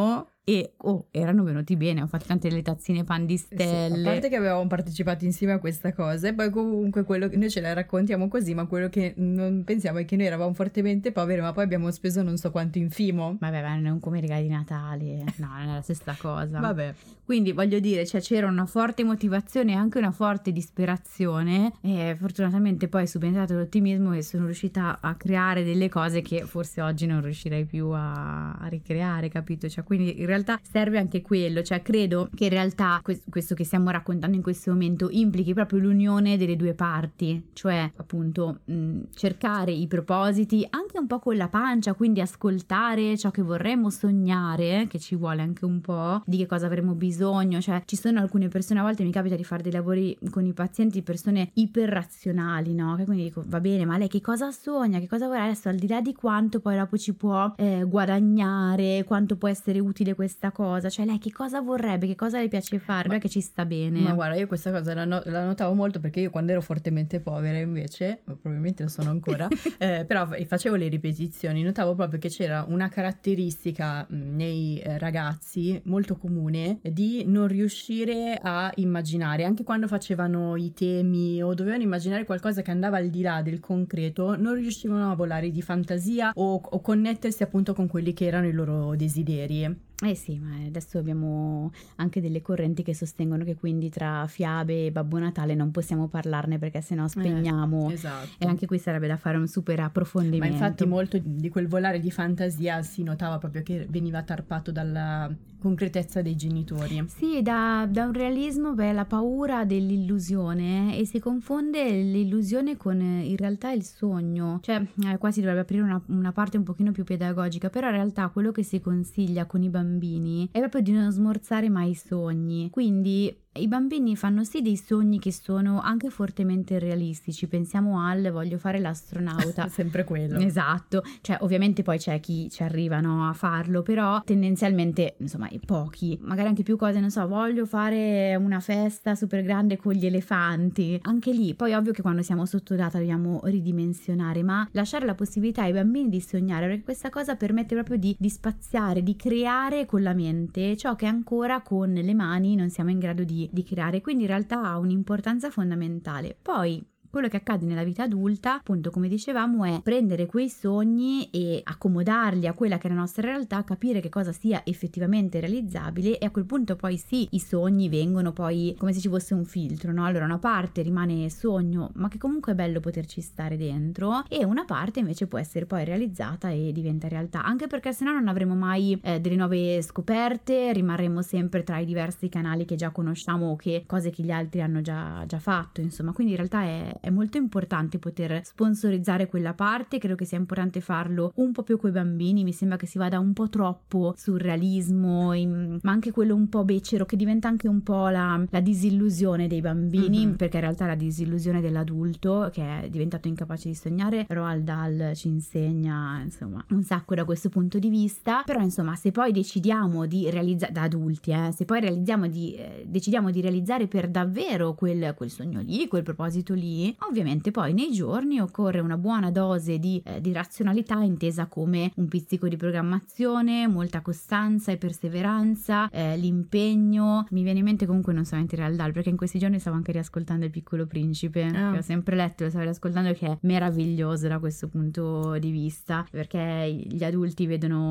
e erano venuti bene, ho fatto tante le tazzine pan di stelle. Sì, a parte che avevamo partecipato insieme a questa cosa, e poi comunque quello che noi ce la raccontiamo così, ma quello che non pensiamo è che noi eravamo fortemente poveri, ma poi abbiamo speso non so quanto in Fimo. Vabbè, non è un come regali di Natale, no, non è la stessa cosa. Vabbè. Quindi voglio dire, cioè, c'era una forte motivazione e anche una forte disperazione, e fortunatamente poi è subentrato l'ottimismo e sono riuscita a creare delle cose che forse oggi non riuscirei più a ricreare, capito? Cioè, quindi in realtà serve anche quello, cioè credo che in realtà questo che stiamo raccontando in questo momento implichi proprio l'unione delle due parti, cioè appunto cercare i propositi anche un po' con la pancia, quindi ascoltare ciò che vorremmo, sognare, che ci vuole anche un po', di che cosa avremo bisogno. Cioè ci sono alcune persone, a volte mi capita di fare dei lavori con i pazienti, persone iperrazionali, no? Che quindi dico, va bene, ma lei che cosa sogna, che cosa vorrà adesso, al di là di quanto poi dopo ci può guadagnare, quanto può essere utile questa cosa, cioè lei che cosa vorrebbe, che cosa le piace fare, beh, che ci sta bene. Ma guarda, io questa cosa la notavo molto, perché io quando ero fortemente povera invece, probabilmente lo sono ancora, però facevo le ripetizioni, notavo proprio che c'era una caratteristica nei ragazzi molto comune di non riuscire a immaginare, anche quando facevano i temi o dovevano immaginare qualcosa che andava al di là del concreto, non riuscivano a volare di fantasia o connettersi appunto con quelli che erano i loro desideri. Eh sì, ma adesso abbiamo anche delle correnti che sostengono che quindi tra fiabe e Babbo Natale non possiamo parlarne, perché sennò spegniamo. Esatto. E anche qui sarebbe da fare un super approfondimento. Ma infatti molto di quel volare di fantasia si notava proprio che veniva tarpato dalla concretezza dei genitori. Sì, da un realismo, la paura dell'illusione, e si confonde l'illusione con in realtà il sogno. Cioè qua si dovrebbe aprire una parte un pochino più pedagogica, però in realtà quello che si consiglia con i bambini è proprio di non smorzare mai i sogni. Quindi i bambini fanno sì dei sogni che sono anche fortemente realistici. Pensiamo al voglio fare l'astronauta. Sempre quello. Esatto. Cioè ovviamente poi c'è chi ci arriva, no, a farlo, però tendenzialmente insomma pochi. Magari anche più cose, non so, voglio fare una festa super grande con gli elefanti. Anche lì poi ovvio che quando siamo sotto data dobbiamo ridimensionare, ma lasciare la possibilità ai bambini di sognare, perché questa cosa permette proprio di spaziare, di creare con la mente ciò che ancora con le mani non siamo in grado di creare. Quindi in realtà ha un'importanza fondamentale. Poi quello che accade nella vita adulta, appunto come dicevamo, è prendere quei sogni e accomodarli a quella che è la nostra realtà, capire che cosa sia effettivamente realizzabile, e a quel punto poi sì, i sogni vengono poi come se ci fosse un filtro, no? Allora una parte rimane sogno, ma che comunque è bello poterci stare dentro, e una parte invece può essere poi realizzata e diventa realtà, anche perché sennò non avremo mai delle nuove scoperte, rimarremo sempre tra i diversi canali che già conosciamo o che cose che gli altri hanno già fatto, insomma. Quindi in realtà è molto importante poter sponsorizzare quella parte. Credo che sia importante farlo un po' più coi bambini. Mi sembra che si vada un po' troppo sul realismo, ma anche quello un po' becero, che diventa anche un po' la disillusione dei bambini, perché in realtà è la disillusione dell'adulto che è diventato incapace di sognare. Roald Dahl ci insegna insomma un sacco da questo punto di vista. Però insomma, se poi decidiamo di realizzare da adulti, se poi decidiamo di realizzare per davvero quel sogno lì, quel proposito lì, ovviamente poi nei giorni occorre una buona dose di razionalità, intesa come un pizzico di programmazione, molta costanza e perseveranza, l'impegno. Mi viene in mente comunque non solamente Roald Dahl, perché in questi giorni stavo anche riascoltando Il Piccolo Principe, che ho sempre letto, lo stavo riascoltando, che è meraviglioso da questo punto di vista, perché gli adulti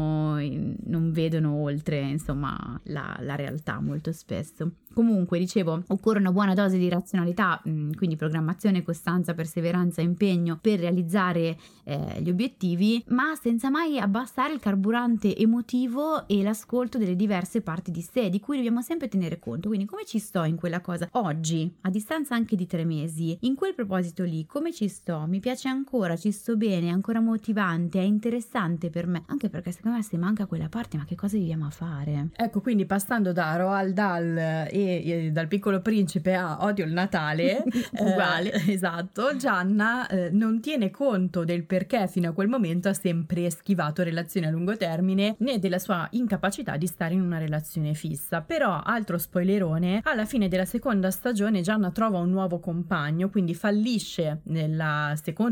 non vedono oltre, insomma, la realtà molto spesso. Comunque, dicevo, occorre una buona dose di razionalità, quindi programmazione, costanza, perseveranza, impegno per realizzare gli obiettivi, ma senza mai abbassare il carburante emotivo e l'ascolto delle diverse parti di sé, di cui dobbiamo sempre tenere conto. Quindi come ci sto in quella cosa oggi, a distanza anche di 3 mesi, in quel proposito lì, come ci sto? Mi piace ancora? Ci sto bene? È ancora motivante? È interessante per me? Anche perché secondo me se manca quella parte, ma che cosa viviamo a fare? Ecco, quindi passando da Roald Dahl e dal Piccolo Principe a Odio il Natale uguale, esatto, Gianna non tiene conto del perché fino a quel momento ha sempre schivato relazioni a lungo termine, né della sua incapacità di stare in una relazione fissa. Però, altro spoilerone, alla fine della seconda stagione Gianna trova un nuovo compagno, quindi fallisce nel secondo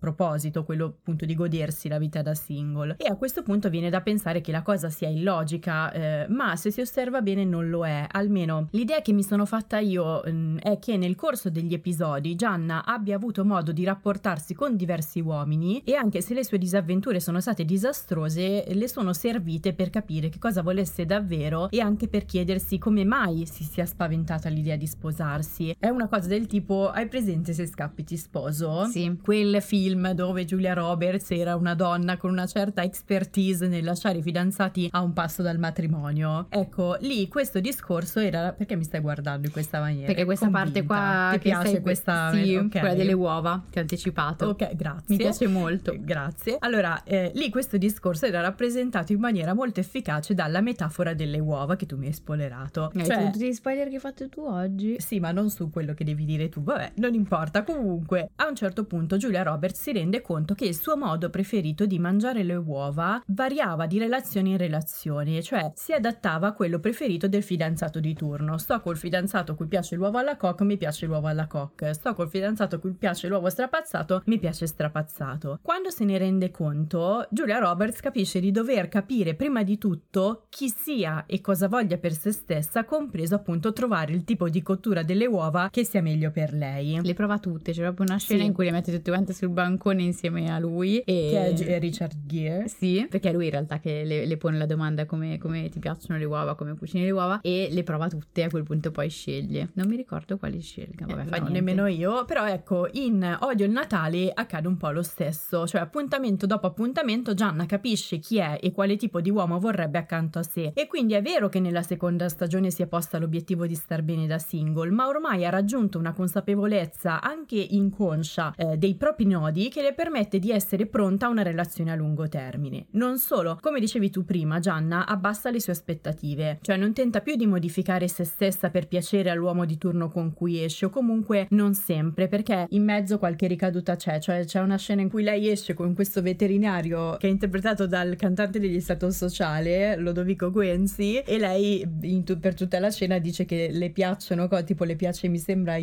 proposito, quello appunto di godersi la vita da single. E a questo punto viene da pensare che la cosa sia illogica, ma se si osserva bene non lo è. Almeno l'idea che mi sono fatta io è che nel corso degli episodi Gianna abbia avuto modo di rapportarsi con diversi uomini, e anche se le sue disavventure sono state disastrose, le sono servite per capire che cosa volesse davvero e anche per chiedersi come mai si sia spaventata all'idea di sposarsi. È una cosa del tipo: hai presente Se scappi ti sposo? Sì. Quel film dove Julia Roberts era una donna con una certa expertise nel lasciare i fidanzati a un passo dal matrimonio. Ecco, lì questo discorso era... Perché mi stai guardando in questa maniera? Perché questa parte qua ti che piace stai... questa? Sì, okay. quella delle uova che ho anticipato. Ok, grazie. Mi piace molto. Grazie. Allora, lì questo discorso era rappresentato in maniera molto efficace dalla metafora delle uova che tu mi hai spoilerato. Cioè, tutti gli spoiler che hai fatto tu oggi. Sì, ma non su quello che devi dire tu. Vabbè, non importa. Comunque, a un certo punto Julia Roberts si rende conto che il suo modo preferito di mangiare le uova variava di relazione in relazione, cioè si adattava a quello preferito del fidanzato di turno. Sto col fidanzato a cui piace l'uovo alla coque, mi piace l'uovo alla coque. Sto col fidanzato a cui piace l'uovo strapazzato, mi piace strapazzato. Quando se ne rende conto, Julia Roberts capisce di dover capire prima di tutto chi sia e cosa voglia per se stessa, compreso appunto trovare il tipo di cottura delle uova che sia meglio per lei. Le prova tutte, c'è proprio una scena in cui le mette tutte quante sul bancone insieme a lui, e che è Richard Gere. Sì, perché è lui in realtà che le pone la domanda come ti piacciono le uova, come cucini le uova, e le prova tutte, a quel punto poi sceglie. Non mi ricordo quali scelga, vabbè, fa niente. Nemmeno io, però ecco, in Odio il Natale accade un po' lo stesso, cioè appuntamento dopo appuntamento Gianna capisce chi è e quale tipo di uomo vorrebbe accanto a sé, e quindi è vero che nella seconda stagione si è posta l'obiettivo di star bene da single, ma ormai ha raggiunto una consapevolezza anche inconscia dei propri nodi che le permette di essere pronta a una relazione a lungo termine. Non solo, come dicevi tu prima, Gianna abbassa le sue aspettative, cioè non tenta più di modificare se stessa per piacere all'uomo di turno con cui esce, o comunque non sempre, perché in mezzo qualche ricaduta c'è, cioè c'è una scena in cui lei esce con questo veterinario che è interpretato dal cantante degli Stato Sociale, Lodovico Guenzi, e lei per tutta la scena dice che le piacciono, tipo le piace mi sembra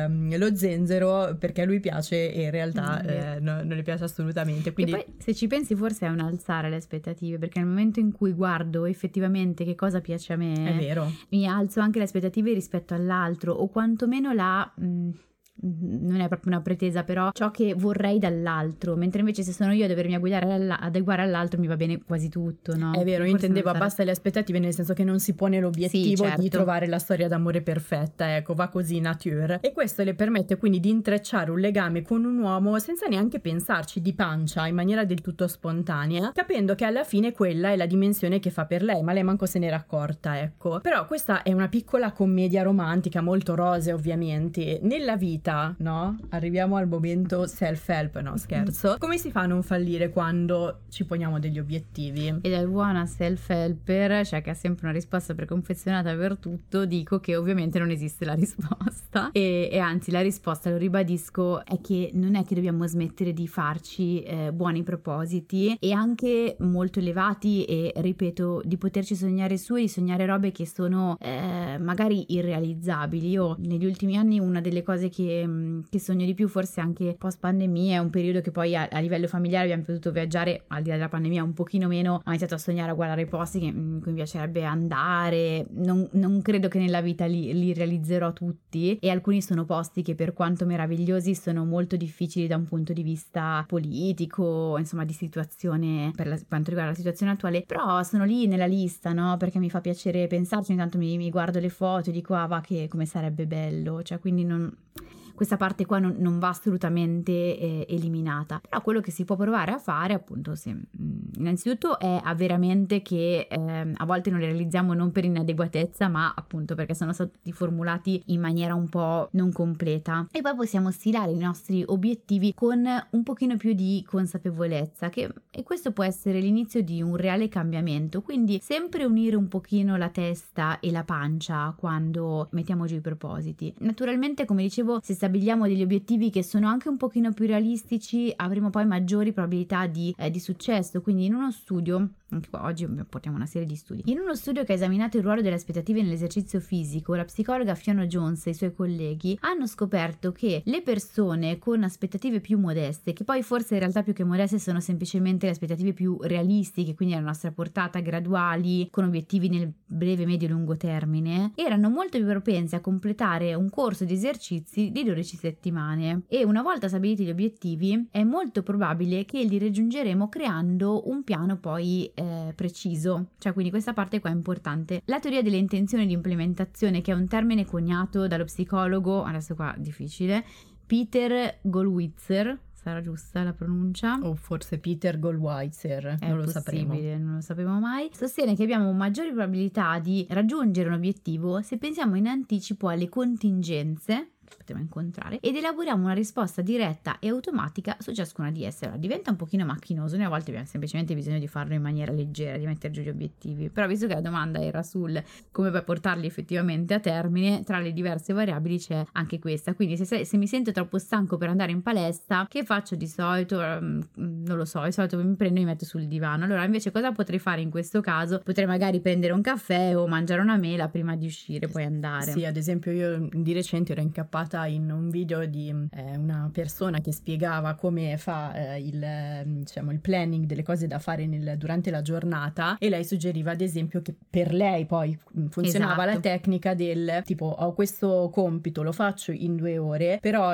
lo zenzero perché a lui piace e in realtà non le piace assolutamente. Quindi... E poi se ci pensi forse è un alzare le aspettative, perché nel momento in cui guardo effettivamente che cosa piace a me, è vero, mi alzo anche le aspettative rispetto all'altro, o quantomeno non è proprio una pretesa, però ciò che vorrei dall'altro, mentre invece se sono io a dovermi adeguare all'altro mi va bene quasi tutto, no? È vero, io intendevo abbassa le aspettative nel senso che non si pone l'obiettivo di trovare la storia d'amore perfetta, ecco, va così nature, e questo le permette quindi di intrecciare un legame con un uomo senza neanche pensarci, di pancia, in maniera del tutto spontanea, capendo che alla fine quella è la dimensione che fa per lei, ma lei manco se n'era accorta, ecco. Però questa è una piccola commedia romantica, molto rosea ovviamente. Nella vita, no? Arriviamo al momento self-help, no scherzo. Come si fa a non fallire quando ci poniamo degli obiettivi? E da buona self-helper, cioè che ha sempre una risposta preconfezionata per tutto, dico che ovviamente non esiste la risposta, e anzi la risposta, lo ribadisco, è che non è che dobbiamo smettere di farci buoni propositi, e anche molto elevati, e ripeto, di poterci sognare su e di sognare robe che sono magari irrealizzabili. Io negli ultimi anni una delle cose che sogno di più, forse anche post pandemia, è un periodo che poi a livello familiare abbiamo potuto viaggiare, al di là della pandemia un pochino meno, ho iniziato a sognare, a guardare i posti in cui mi piacerebbe andare. Non credo che nella vita li realizzerò tutti, e alcuni sono posti che, per quanto meravigliosi, sono molto difficili da un punto di vista politico, insomma di situazione, per quanto riguarda la situazione attuale, però sono lì nella lista, no? Perché mi fa piacere pensarci, intanto mi guardo le foto e dico va che come sarebbe bello, cioè quindi questa parte qua non va assolutamente eliminata. Però quello che si può provare a fare, appunto, innanzitutto è avere a mente che a volte non li realizziamo non per inadeguatezza, ma appunto perché sono stati formulati in maniera un po' non completa, e poi possiamo stilare i nostri obiettivi con un pochino più di consapevolezza, e questo può essere l'inizio di un reale cambiamento. Quindi sempre unire un pochino la testa e la pancia quando mettiamo giù i propositi. Naturalmente, come dicevo, se stabiliamo degli obiettivi che sono anche un pochino più realistici, avremo poi maggiori probabilità di successo. Quindi in uno studio Anche qua oggi portiamo una serie di studi. In uno studio che ha esaminato il ruolo delle aspettative nell'esercizio fisico, la psicologa Fiona Jones e i suoi colleghi hanno scoperto che le persone con aspettative più modeste, che poi forse in realtà più che modeste sono semplicemente le aspettative più realistiche, quindi alla nostra portata, graduali, con obiettivi nel breve, medio e lungo termine, erano molto più propense a completare un corso di esercizi di 12 settimane. E una volta stabiliti gli obiettivi è molto probabile che li raggiungeremo creando un piano poi preciso, cioè quindi questa parte qua è importante. La teoria delle intenzioni di implementazione, che è un termine coniato dallo psicologo, adesso qua difficile, Peter Gollwitzer, sarà giusta la pronuncia? O forse Peter Gollwitzer, non lo sapremo. Non lo sappiamo mai. Sostiene che abbiamo maggiori probabilità di raggiungere un obiettivo se pensiamo in anticipo alle contingenze che potremo incontrare ed elaboriamo una risposta diretta e automatica su ciascuna di esse. Allora, diventa un pochino macchinoso, noi a volte abbiamo semplicemente bisogno di farlo in maniera leggera, di mettere giù gli obiettivi, però visto che la domanda era sul come poi portarli effettivamente a termine, tra le diverse variabili c'è anche questa, quindi se mi sento troppo stanco per andare in palestra, che faccio di solito? Non lo so, di solito mi prendo e mi metto sul divano. Allora invece cosa potrei fare in questo caso? Potrei magari prendere un caffè o mangiare una mela prima di uscire, poi andare. Sì, ad esempio io di recente ero incappata in un video di una persona che spiegava come fa il planning delle cose da fare durante la giornata, e lei suggeriva ad esempio che per lei poi funzionava la tecnica del tipo: ho questo compito, lo faccio in 2 ore, però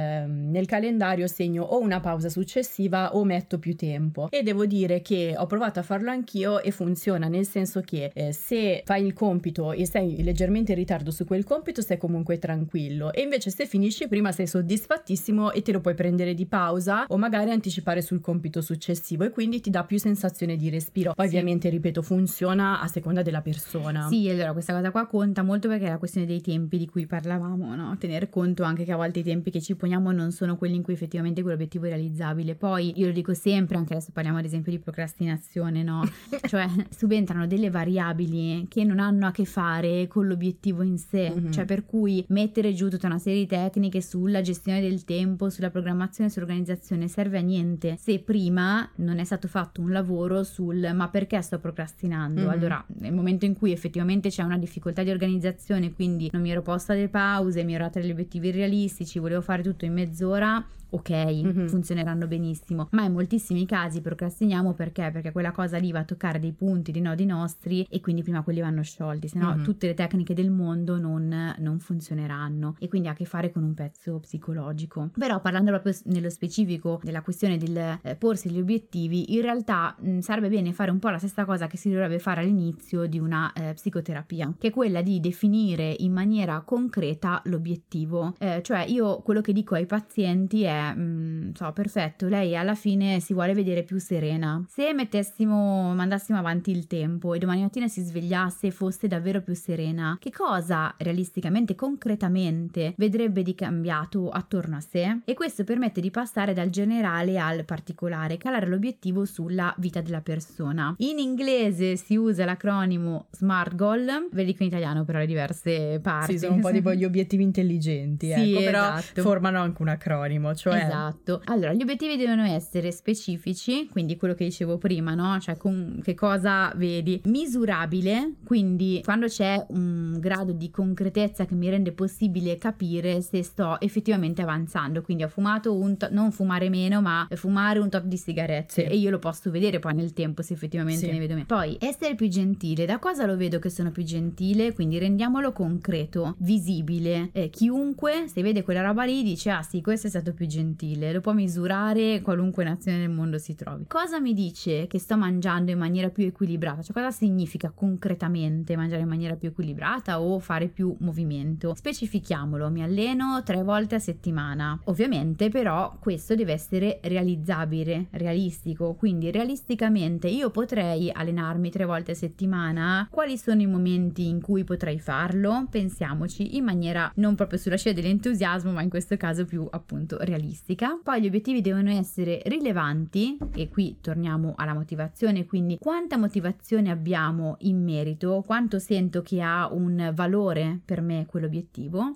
nel calendario segno o una pausa successiva o metto più tempo. E devo dire che ho provato a farlo anch'io e funziona, nel senso che se fai il compito e sei leggermente in ritardo su quel compito sei comunque tranquillo, e invece se finisci prima sei soddisfattissimo e te lo puoi prendere di pausa o magari anticipare sul compito successivo, e quindi ti dà più sensazione di respiro. Poi ovviamente, ripeto, funziona a seconda della persona. Sì, allora questa cosa qua conta molto perché è la questione dei tempi di cui parlavamo, no? Tener conto anche che a volte i tempi che ci poniamo non sono quelli in cui effettivamente quell'obiettivo è realizzabile. Poi io lo dico sempre, anche adesso parliamo ad esempio di procrastinazione, no? Cioè subentrano delle variabili che non hanno a che fare con l'obiettivo in sé, cioè per cui mettere giù tutta una serie di tecniche sulla gestione del tempo, sulla programmazione, sull'organizzazione serve a niente se prima non è stato fatto un lavoro sul ma perché sto procrastinando. Allora nel momento in cui effettivamente c'è una difficoltà di organizzazione, quindi non mi ero posta delle pause, mi ero data degli obiettivi realistici, volevo fare tutto in mezz'ora, ok, funzioneranno benissimo, ma in moltissimi casi procrastiniamo perché quella cosa lì va a toccare dei punti, dei nodi nostri, e quindi prima quelli vanno sciolti, se no tutte le tecniche del mondo non funzioneranno, e quindi ha a che fare con un pezzo psicologico. Però parlando proprio nello specifico della questione del porsi gli obiettivi, in realtà sarebbe bene fare un po' la stessa cosa che si dovrebbe fare all'inizio di una psicoterapia, che è quella di definire in maniera concreta l'obiettivo. Cioè io quello che dico ai pazienti è perfetto, lei alla fine si vuole vedere più serena. Se mandassimo avanti il tempo e domani mattina si svegliasse e fosse davvero più serena, che cosa realisticamente, concretamente vedrebbe di cambiato attorno a sé? E questo permette di passare dal generale al particolare, calare l'obiettivo sulla vita della persona. In inglese si usa l'acronimo SMART Goal, ve lo dico in italiano però le diverse parti. Sì, sono un po' tipo gli obiettivi intelligenti, sì, ecco, però esatto. formano anche un acronimo, cioè... Esatto. Allora, gli obiettivi devono essere specifici, quindi quello che dicevo prima, no? Cioè con che cosa vedi? Misurabile, quindi quando c'è un grado di concretezza che mi rende possibile capire se sto effettivamente avanzando, quindi ho fumato non fumare meno, ma fumare un tot di sigarette, e io lo posso vedere poi nel tempo se effettivamente ne vedo meno. Poi essere più gentile, da cosa lo vedo che sono più gentile? Quindi rendiamolo concreto, visibile, chiunque se vede quella roba lì dice ah sì, questo è stato più gentile, lo può misurare qualunque nazione del mondo si trovi. Cosa mi dice che sto mangiando in maniera più equilibrata? Cioè cosa significa concretamente mangiare in maniera più equilibrata o fare più movimento? Specifichiamolo, mi alleno 3 volte a settimana. Ovviamente però questo deve essere realizzabile, realistico, quindi realisticamente io potrei allenarmi 3 volte a settimana. Quali sono i momenti in cui potrei farlo? Pensiamoci in maniera non proprio sulla scia dell'entusiasmo, ma in questo caso più appunto realistica. Poi gli obiettivi devono essere rilevanti, e qui torniamo alla motivazione, quindi quanta motivazione abbiamo in merito, quanto sento che ha un valore per me quell'obiettivo, e infine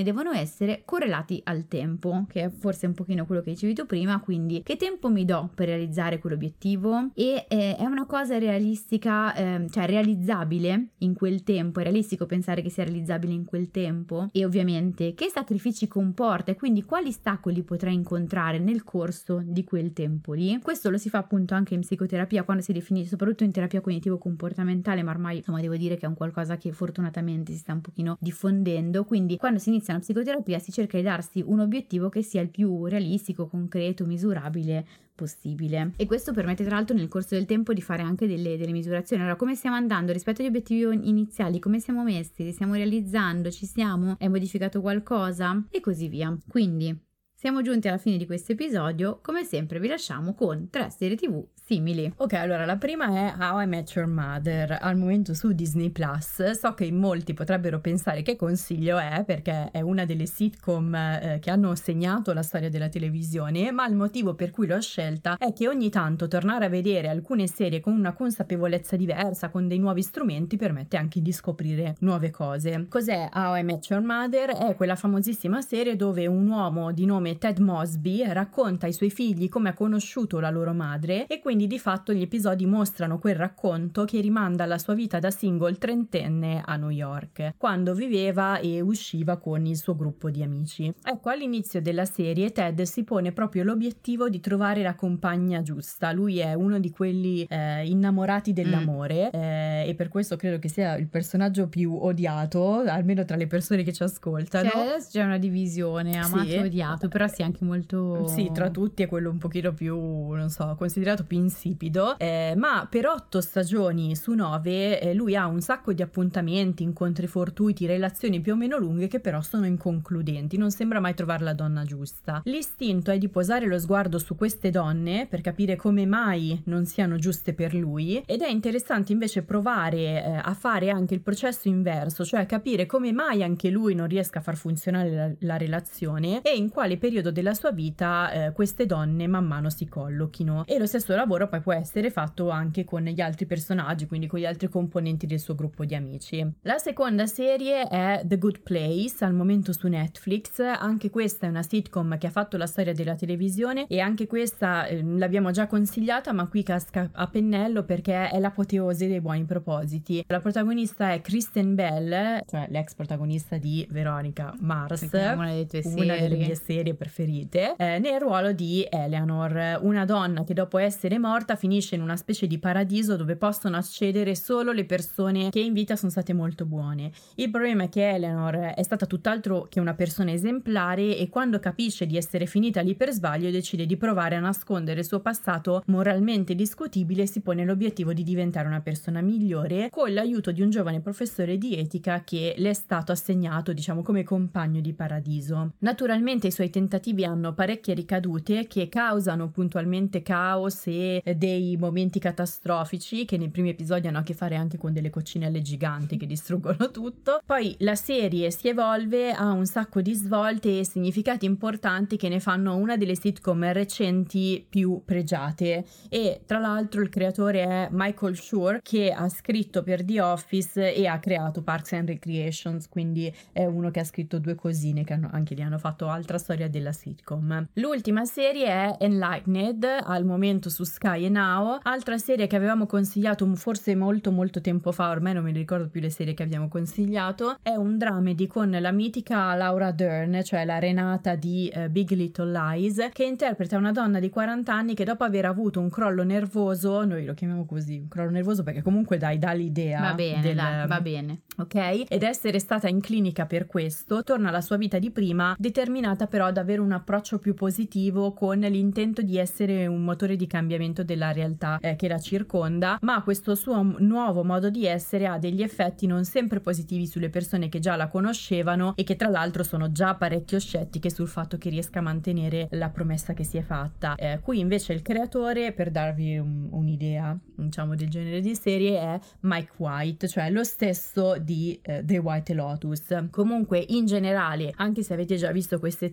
devono essere correlati al tempo, che è forse un pochino quello che dicevi tu prima, quindi che tempo mi do per realizzare quell'obiettivo e è una cosa realistica, cioè realizzabile in quel tempo, è realistico pensare che sia realizzabile in quel tempo, e ovviamente che sacrifici comporta e quindi quali ostacoli potrai incontrare nel corso di quel tempo lì. Questo lo si fa appunto anche in psicoterapia, quando si definisce, soprattutto in terapia cognitivo-comportamentale, ma ormai insomma devo dire che è un qualcosa che fortunatamente si sta un pochino diffondendo, quindi quando si inizia una psicoterapia si cerca di darsi un obiettivo che sia il più realistico, concreto, misurabile possibile, e questo permette tra l'altro nel corso del tempo di fare anche delle misurazioni. Allora, come stiamo andando rispetto agli obiettivi iniziali, come siamo messi, li stiamo realizzando, ci siamo, è modificato qualcosa e così via. Quindi siamo giunti alla fine di questo episodio, come sempre vi lasciamo con 3 serie TV simili. Ok, allora la prima è How I Met Your Mother, al momento su Disney Plus. So che in molti potrebbero pensare che consiglio è, perché è una delle sitcom che hanno segnato la storia della televisione, ma il motivo per cui l'ho scelta è che ogni tanto tornare a vedere alcune serie con una consapevolezza diversa, con dei nuovi strumenti, permette anche di scoprire nuove cose. Cos'è How I Met Your Mother? È quella famosissima serie dove un uomo di nome Ted Mosby racconta ai suoi figli come ha conosciuto la loro madre, e quindi di fatto gli episodi mostrano quel racconto che rimanda alla sua vita da single trentenne a New York, quando viveva e usciva con il suo gruppo di amici. Ecco, all'inizio della serie Ted si pone proprio l'obiettivo di trovare la compagna giusta. Lui è uno di quelli innamorati dell'amore, e per questo credo che sia il personaggio più odiato, almeno tra le persone che ci ascoltano. Cioè, adesso c'è una divisione, amato e odiato, però sì, anche molto... Sì, tra tutti è quello un pochino più, non so, considerato più insipido, ma per 8 stagioni su 9 lui ha un sacco di appuntamenti, incontri fortuiti, relazioni più o meno lunghe che però sono inconcludenti, non sembra mai trovare la donna giusta. L'istinto è di posare lo sguardo su queste donne per capire come mai non siano giuste per lui, ed è interessante invece provare a fare anche il processo inverso, cioè capire come mai anche lui non riesca a far funzionare la relazione e in quale periodo della sua vita queste donne man mano si collochino. E lo stesso lavoro poi può essere fatto anche con gli altri personaggi, quindi con gli altri componenti del suo gruppo di amici. La seconda serie è The Good Place, al momento su Netflix. Anche questa è una sitcom che ha fatto la storia della televisione, e anche questa l'abbiamo già consigliata, ma qui casca a pennello perché è l'apoteosi dei buoni propositi. La protagonista è Kristen Bell, cioè l'ex protagonista di Veronica Mars, una delle mie serie preferite, nel ruolo di Eleanor, una donna che dopo essere morta finisce in una specie di paradiso dove possono accedere solo le persone che in vita sono state molto buone. Il problema è che Eleanor è stata tutt'altro che una persona esemplare, e quando capisce di essere finita lì per sbaglio decide di provare a nascondere il suo passato moralmente discutibile e si pone l'obiettivo di diventare una persona migliore con l'aiuto di un giovane professore di etica che le è stato assegnato, diciamo, come compagno di paradiso. Naturalmente i suoi tentativi hanno parecchie ricadute che causano puntualmente caos e dei momenti catastrofici che nei primi episodi hanno a che fare anche con delle coccinelle giganti che distruggono tutto. Poi la serie si evolve, ha un sacco di svolte e significati importanti che ne fanno una delle sitcom recenti più pregiate, e tra l'altro il creatore è Michael Schur, che ha scritto per The Office e ha creato Parks and Recreations, quindi è uno che ha scritto 2 cosine che anche lì hanno fatto altra storia della sitcom. L'ultima serie è Enlightened, al momento su Sky e Now, altra serie che avevamo consigliato forse molto tempo fa, ormai non mi ricordo più le serie che abbiamo consigliato. È un dramedy con la mitica Laura Dern, cioè la Renata di Big Little Lies, che interpreta una donna di 40 anni che dopo aver avuto un crollo nervoso, noi lo chiamiamo così, un crollo nervoso perché comunque dà l'idea va bene, va bene, ok, ed essere stata in clinica per questo, torna alla sua vita di prima, determinata però ad avere un approccio più positivo, con l'intento di essere un motore di cambiamento della realtà che la circonda, ma questo suo nuovo modo di essere ha degli effetti non sempre positivi sulle persone che già la conoscevano e che tra l'altro sono già parecchio scettiche sul fatto che riesca a mantenere la promessa che si è fatta. Qui invece il creatore, per darvi un'idea diciamo del genere di serie, è Mike White, cioè lo stesso di The White Lotus. Comunque in generale, anche se avete già visto queste 3 serie,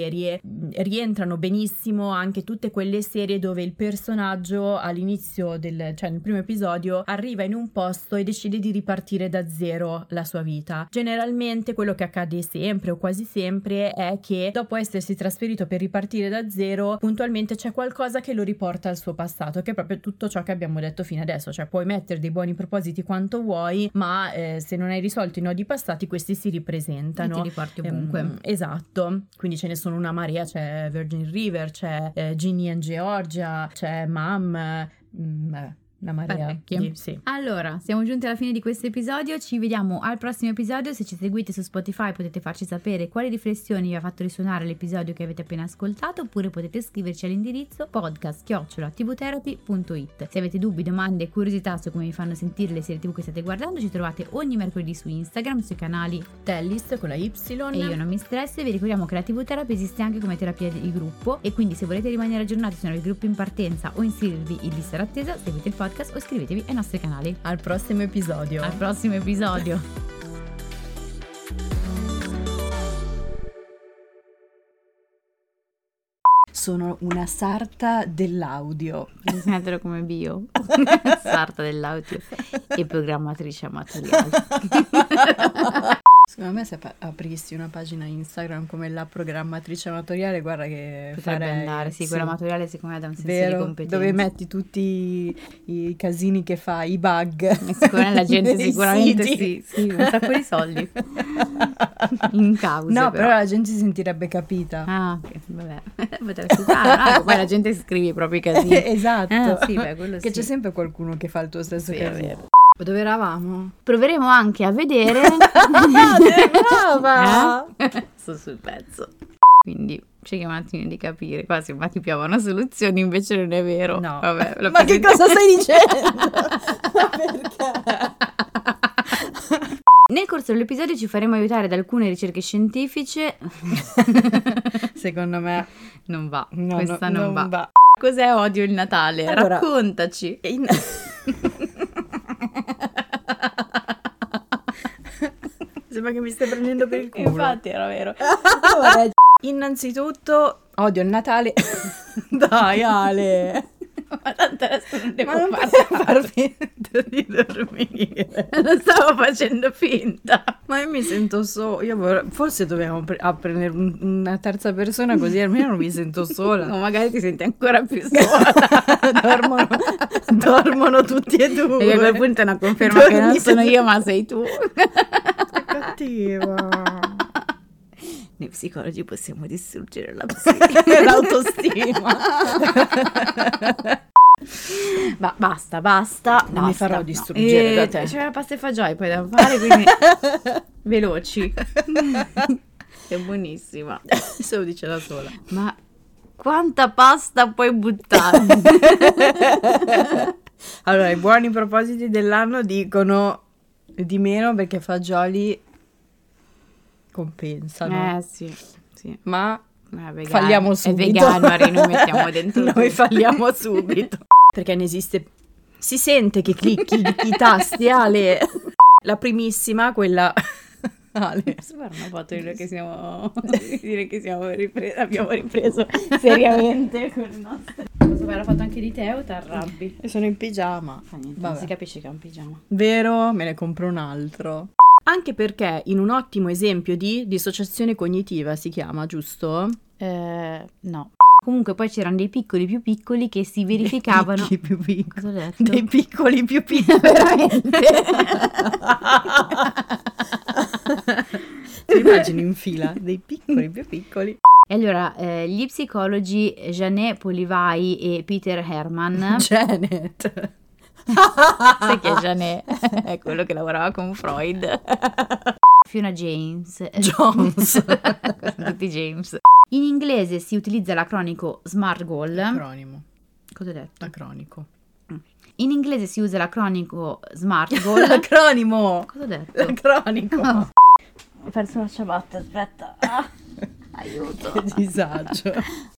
serie rientrano benissimo anche tutte quelle serie dove il personaggio all'inizio cioè nel primo episodio arriva in un posto e decide di ripartire da zero la sua vita. Generalmente quello che accade sempre o quasi sempre è che dopo essersi trasferito per ripartire da zero, puntualmente c'è qualcosa che lo riporta al suo passato, che è proprio tutto ciò che abbiamo detto fino adesso. Cioè puoi mettere dei buoni propositi quanto vuoi, ma se non hai risolto i nodi passati, questi si ripresentano. E ti riporti ovunque. Esatto, quindi ce ne sono una marea, c'è Virgin River, c'è Ginny and Georgia, c'è Mom, una marea. Parecchie. Sì. Allora, siamo giunti alla fine di questo episodio, ci vediamo al prossimo episodio. Se ci seguite su Spotify potete farci sapere quali riflessioni vi ha fatto risuonare l'episodio che avete appena ascoltato, oppure potete scriverci all'indirizzo podcast@tvtherapy.it. Se avete dubbi, domande e curiosità su come vi fanno sentire le serie TV che state guardando, ci trovate ogni mercoledì su Instagram, sui canali Tellis con la Y E Io Non Mi Stresso. E vi ricordiamo che la TV Therapy esiste anche come terapia di gruppo, e quindi se volete rimanere aggiornati su nuovi gruppi in partenza o inserirvi in lista d'attesa, seguite il podcast o iscrivetevi ai nostri canali. al prossimo episodio. Al prossimo episodio. Sono una sarta dell'audio. Devi metterlo come bio. Sarta dell'audio e programmatrice amatoriale. Secondo me se aprissi una pagina Instagram come la programmatrice amatoriale, guarda che Potrebbe farei, andare, sì, quella amatoriale secondo me dà un senso vero, di competenza. dove metti tutti i casini che fa, i bug. E sicuramente la gente nei sicuramente siti. sì, un sacco di soldi. In causa. No, però la gente si sentirebbe capita. Ah, ok, vabbè. Potresti fare, no? Poi la gente scrive i propri casini. Esatto. Sì, beh, quello che sì. c'è sempre qualcuno che fa il tuo stesso Sì, è casino. vero. Dove eravamo? Proveremo anche a vedere. Brava! Sto sul pezzo. Quindi cerchiamo un attimo di capire. Qua sembra che piovano soluzioni, invece non è vero. No. Vabbè, lo Ma che cosa stai dicendo? Ma perché? Nel corso dell'episodio ci faremo aiutare da alcune ricerche scientifiche. Secondo me Non va, no, questa no, non non va. Cos'è odio il Natale? Allora, Raccontaci. Sembra che mi stai prendendo per il culo. Infatti era vero. Innanzitutto odio il Natale. Dai Ale, Ma tanto adesso non devo ma non fare. puoi far finta di dormire. Non stavo facendo finta. Ma io mi sento forse dobbiamo prendere una terza persona, così almeno non mi sento sola. No, magari ti senti ancora più sola. dormono tutti e due. Perché a quel punto è una conferma che non sono io, ma sei tu. Che cattiva. Noi psicologi possiamo distruggere la psiche. L'autostima. Ma basta. Non mi farò distruggere da te. C'è la pasta e fagioli poi da fare, quindi veloci. È buonissima. Se lo dice da sola. Ma quanta pasta puoi buttare? Allora, i buoni propositi dell'anno dicono di meno perché fagioli compensano. Sì. Ma Vegano. falliamo subito. È vegano, Ari, noi mettiamo dentro Noi tutto. falliamo subito. Perché ne esiste. Si sente che clicchi i tasti, Ale. La primissima, quella. Ale. Posso fare una foto di noi che siamo. Dire che abbiamo ripreso seriamente con il nostro. Posso fare la foto anche di te o ti arrabbi? E sono in pigiama. Fa niente, Vabbè. non si capisce che è un pigiama. Vero? Me ne compro un altro. Anche perché in un ottimo esempio di dissociazione cognitiva si chiama, giusto? No. Comunque poi c'erano dei piccoli più piccoli che si verificavano. Dei più piccoli. Cosa ho detto? Dei piccoli più piccoli. Veramente? Ti immagini in fila dei piccoli più piccoli. E allora, gli psicologi Janet Polivai e Peter Herman. Janet. Sai chi è Janet? È quello che lavorava con Freud. Fiona James. Jones. Sono tutti James. In inglese si utilizza l'acronico SMART Goal. Acronimo. Cosa ho detto? Acronico. In inglese si usa l'acronico SMART Goal. L'acronimo. Cosa ho detto? L'acronico. Oh. Ho perso la ciabatta, aspetta. Aiuto. Che disagio.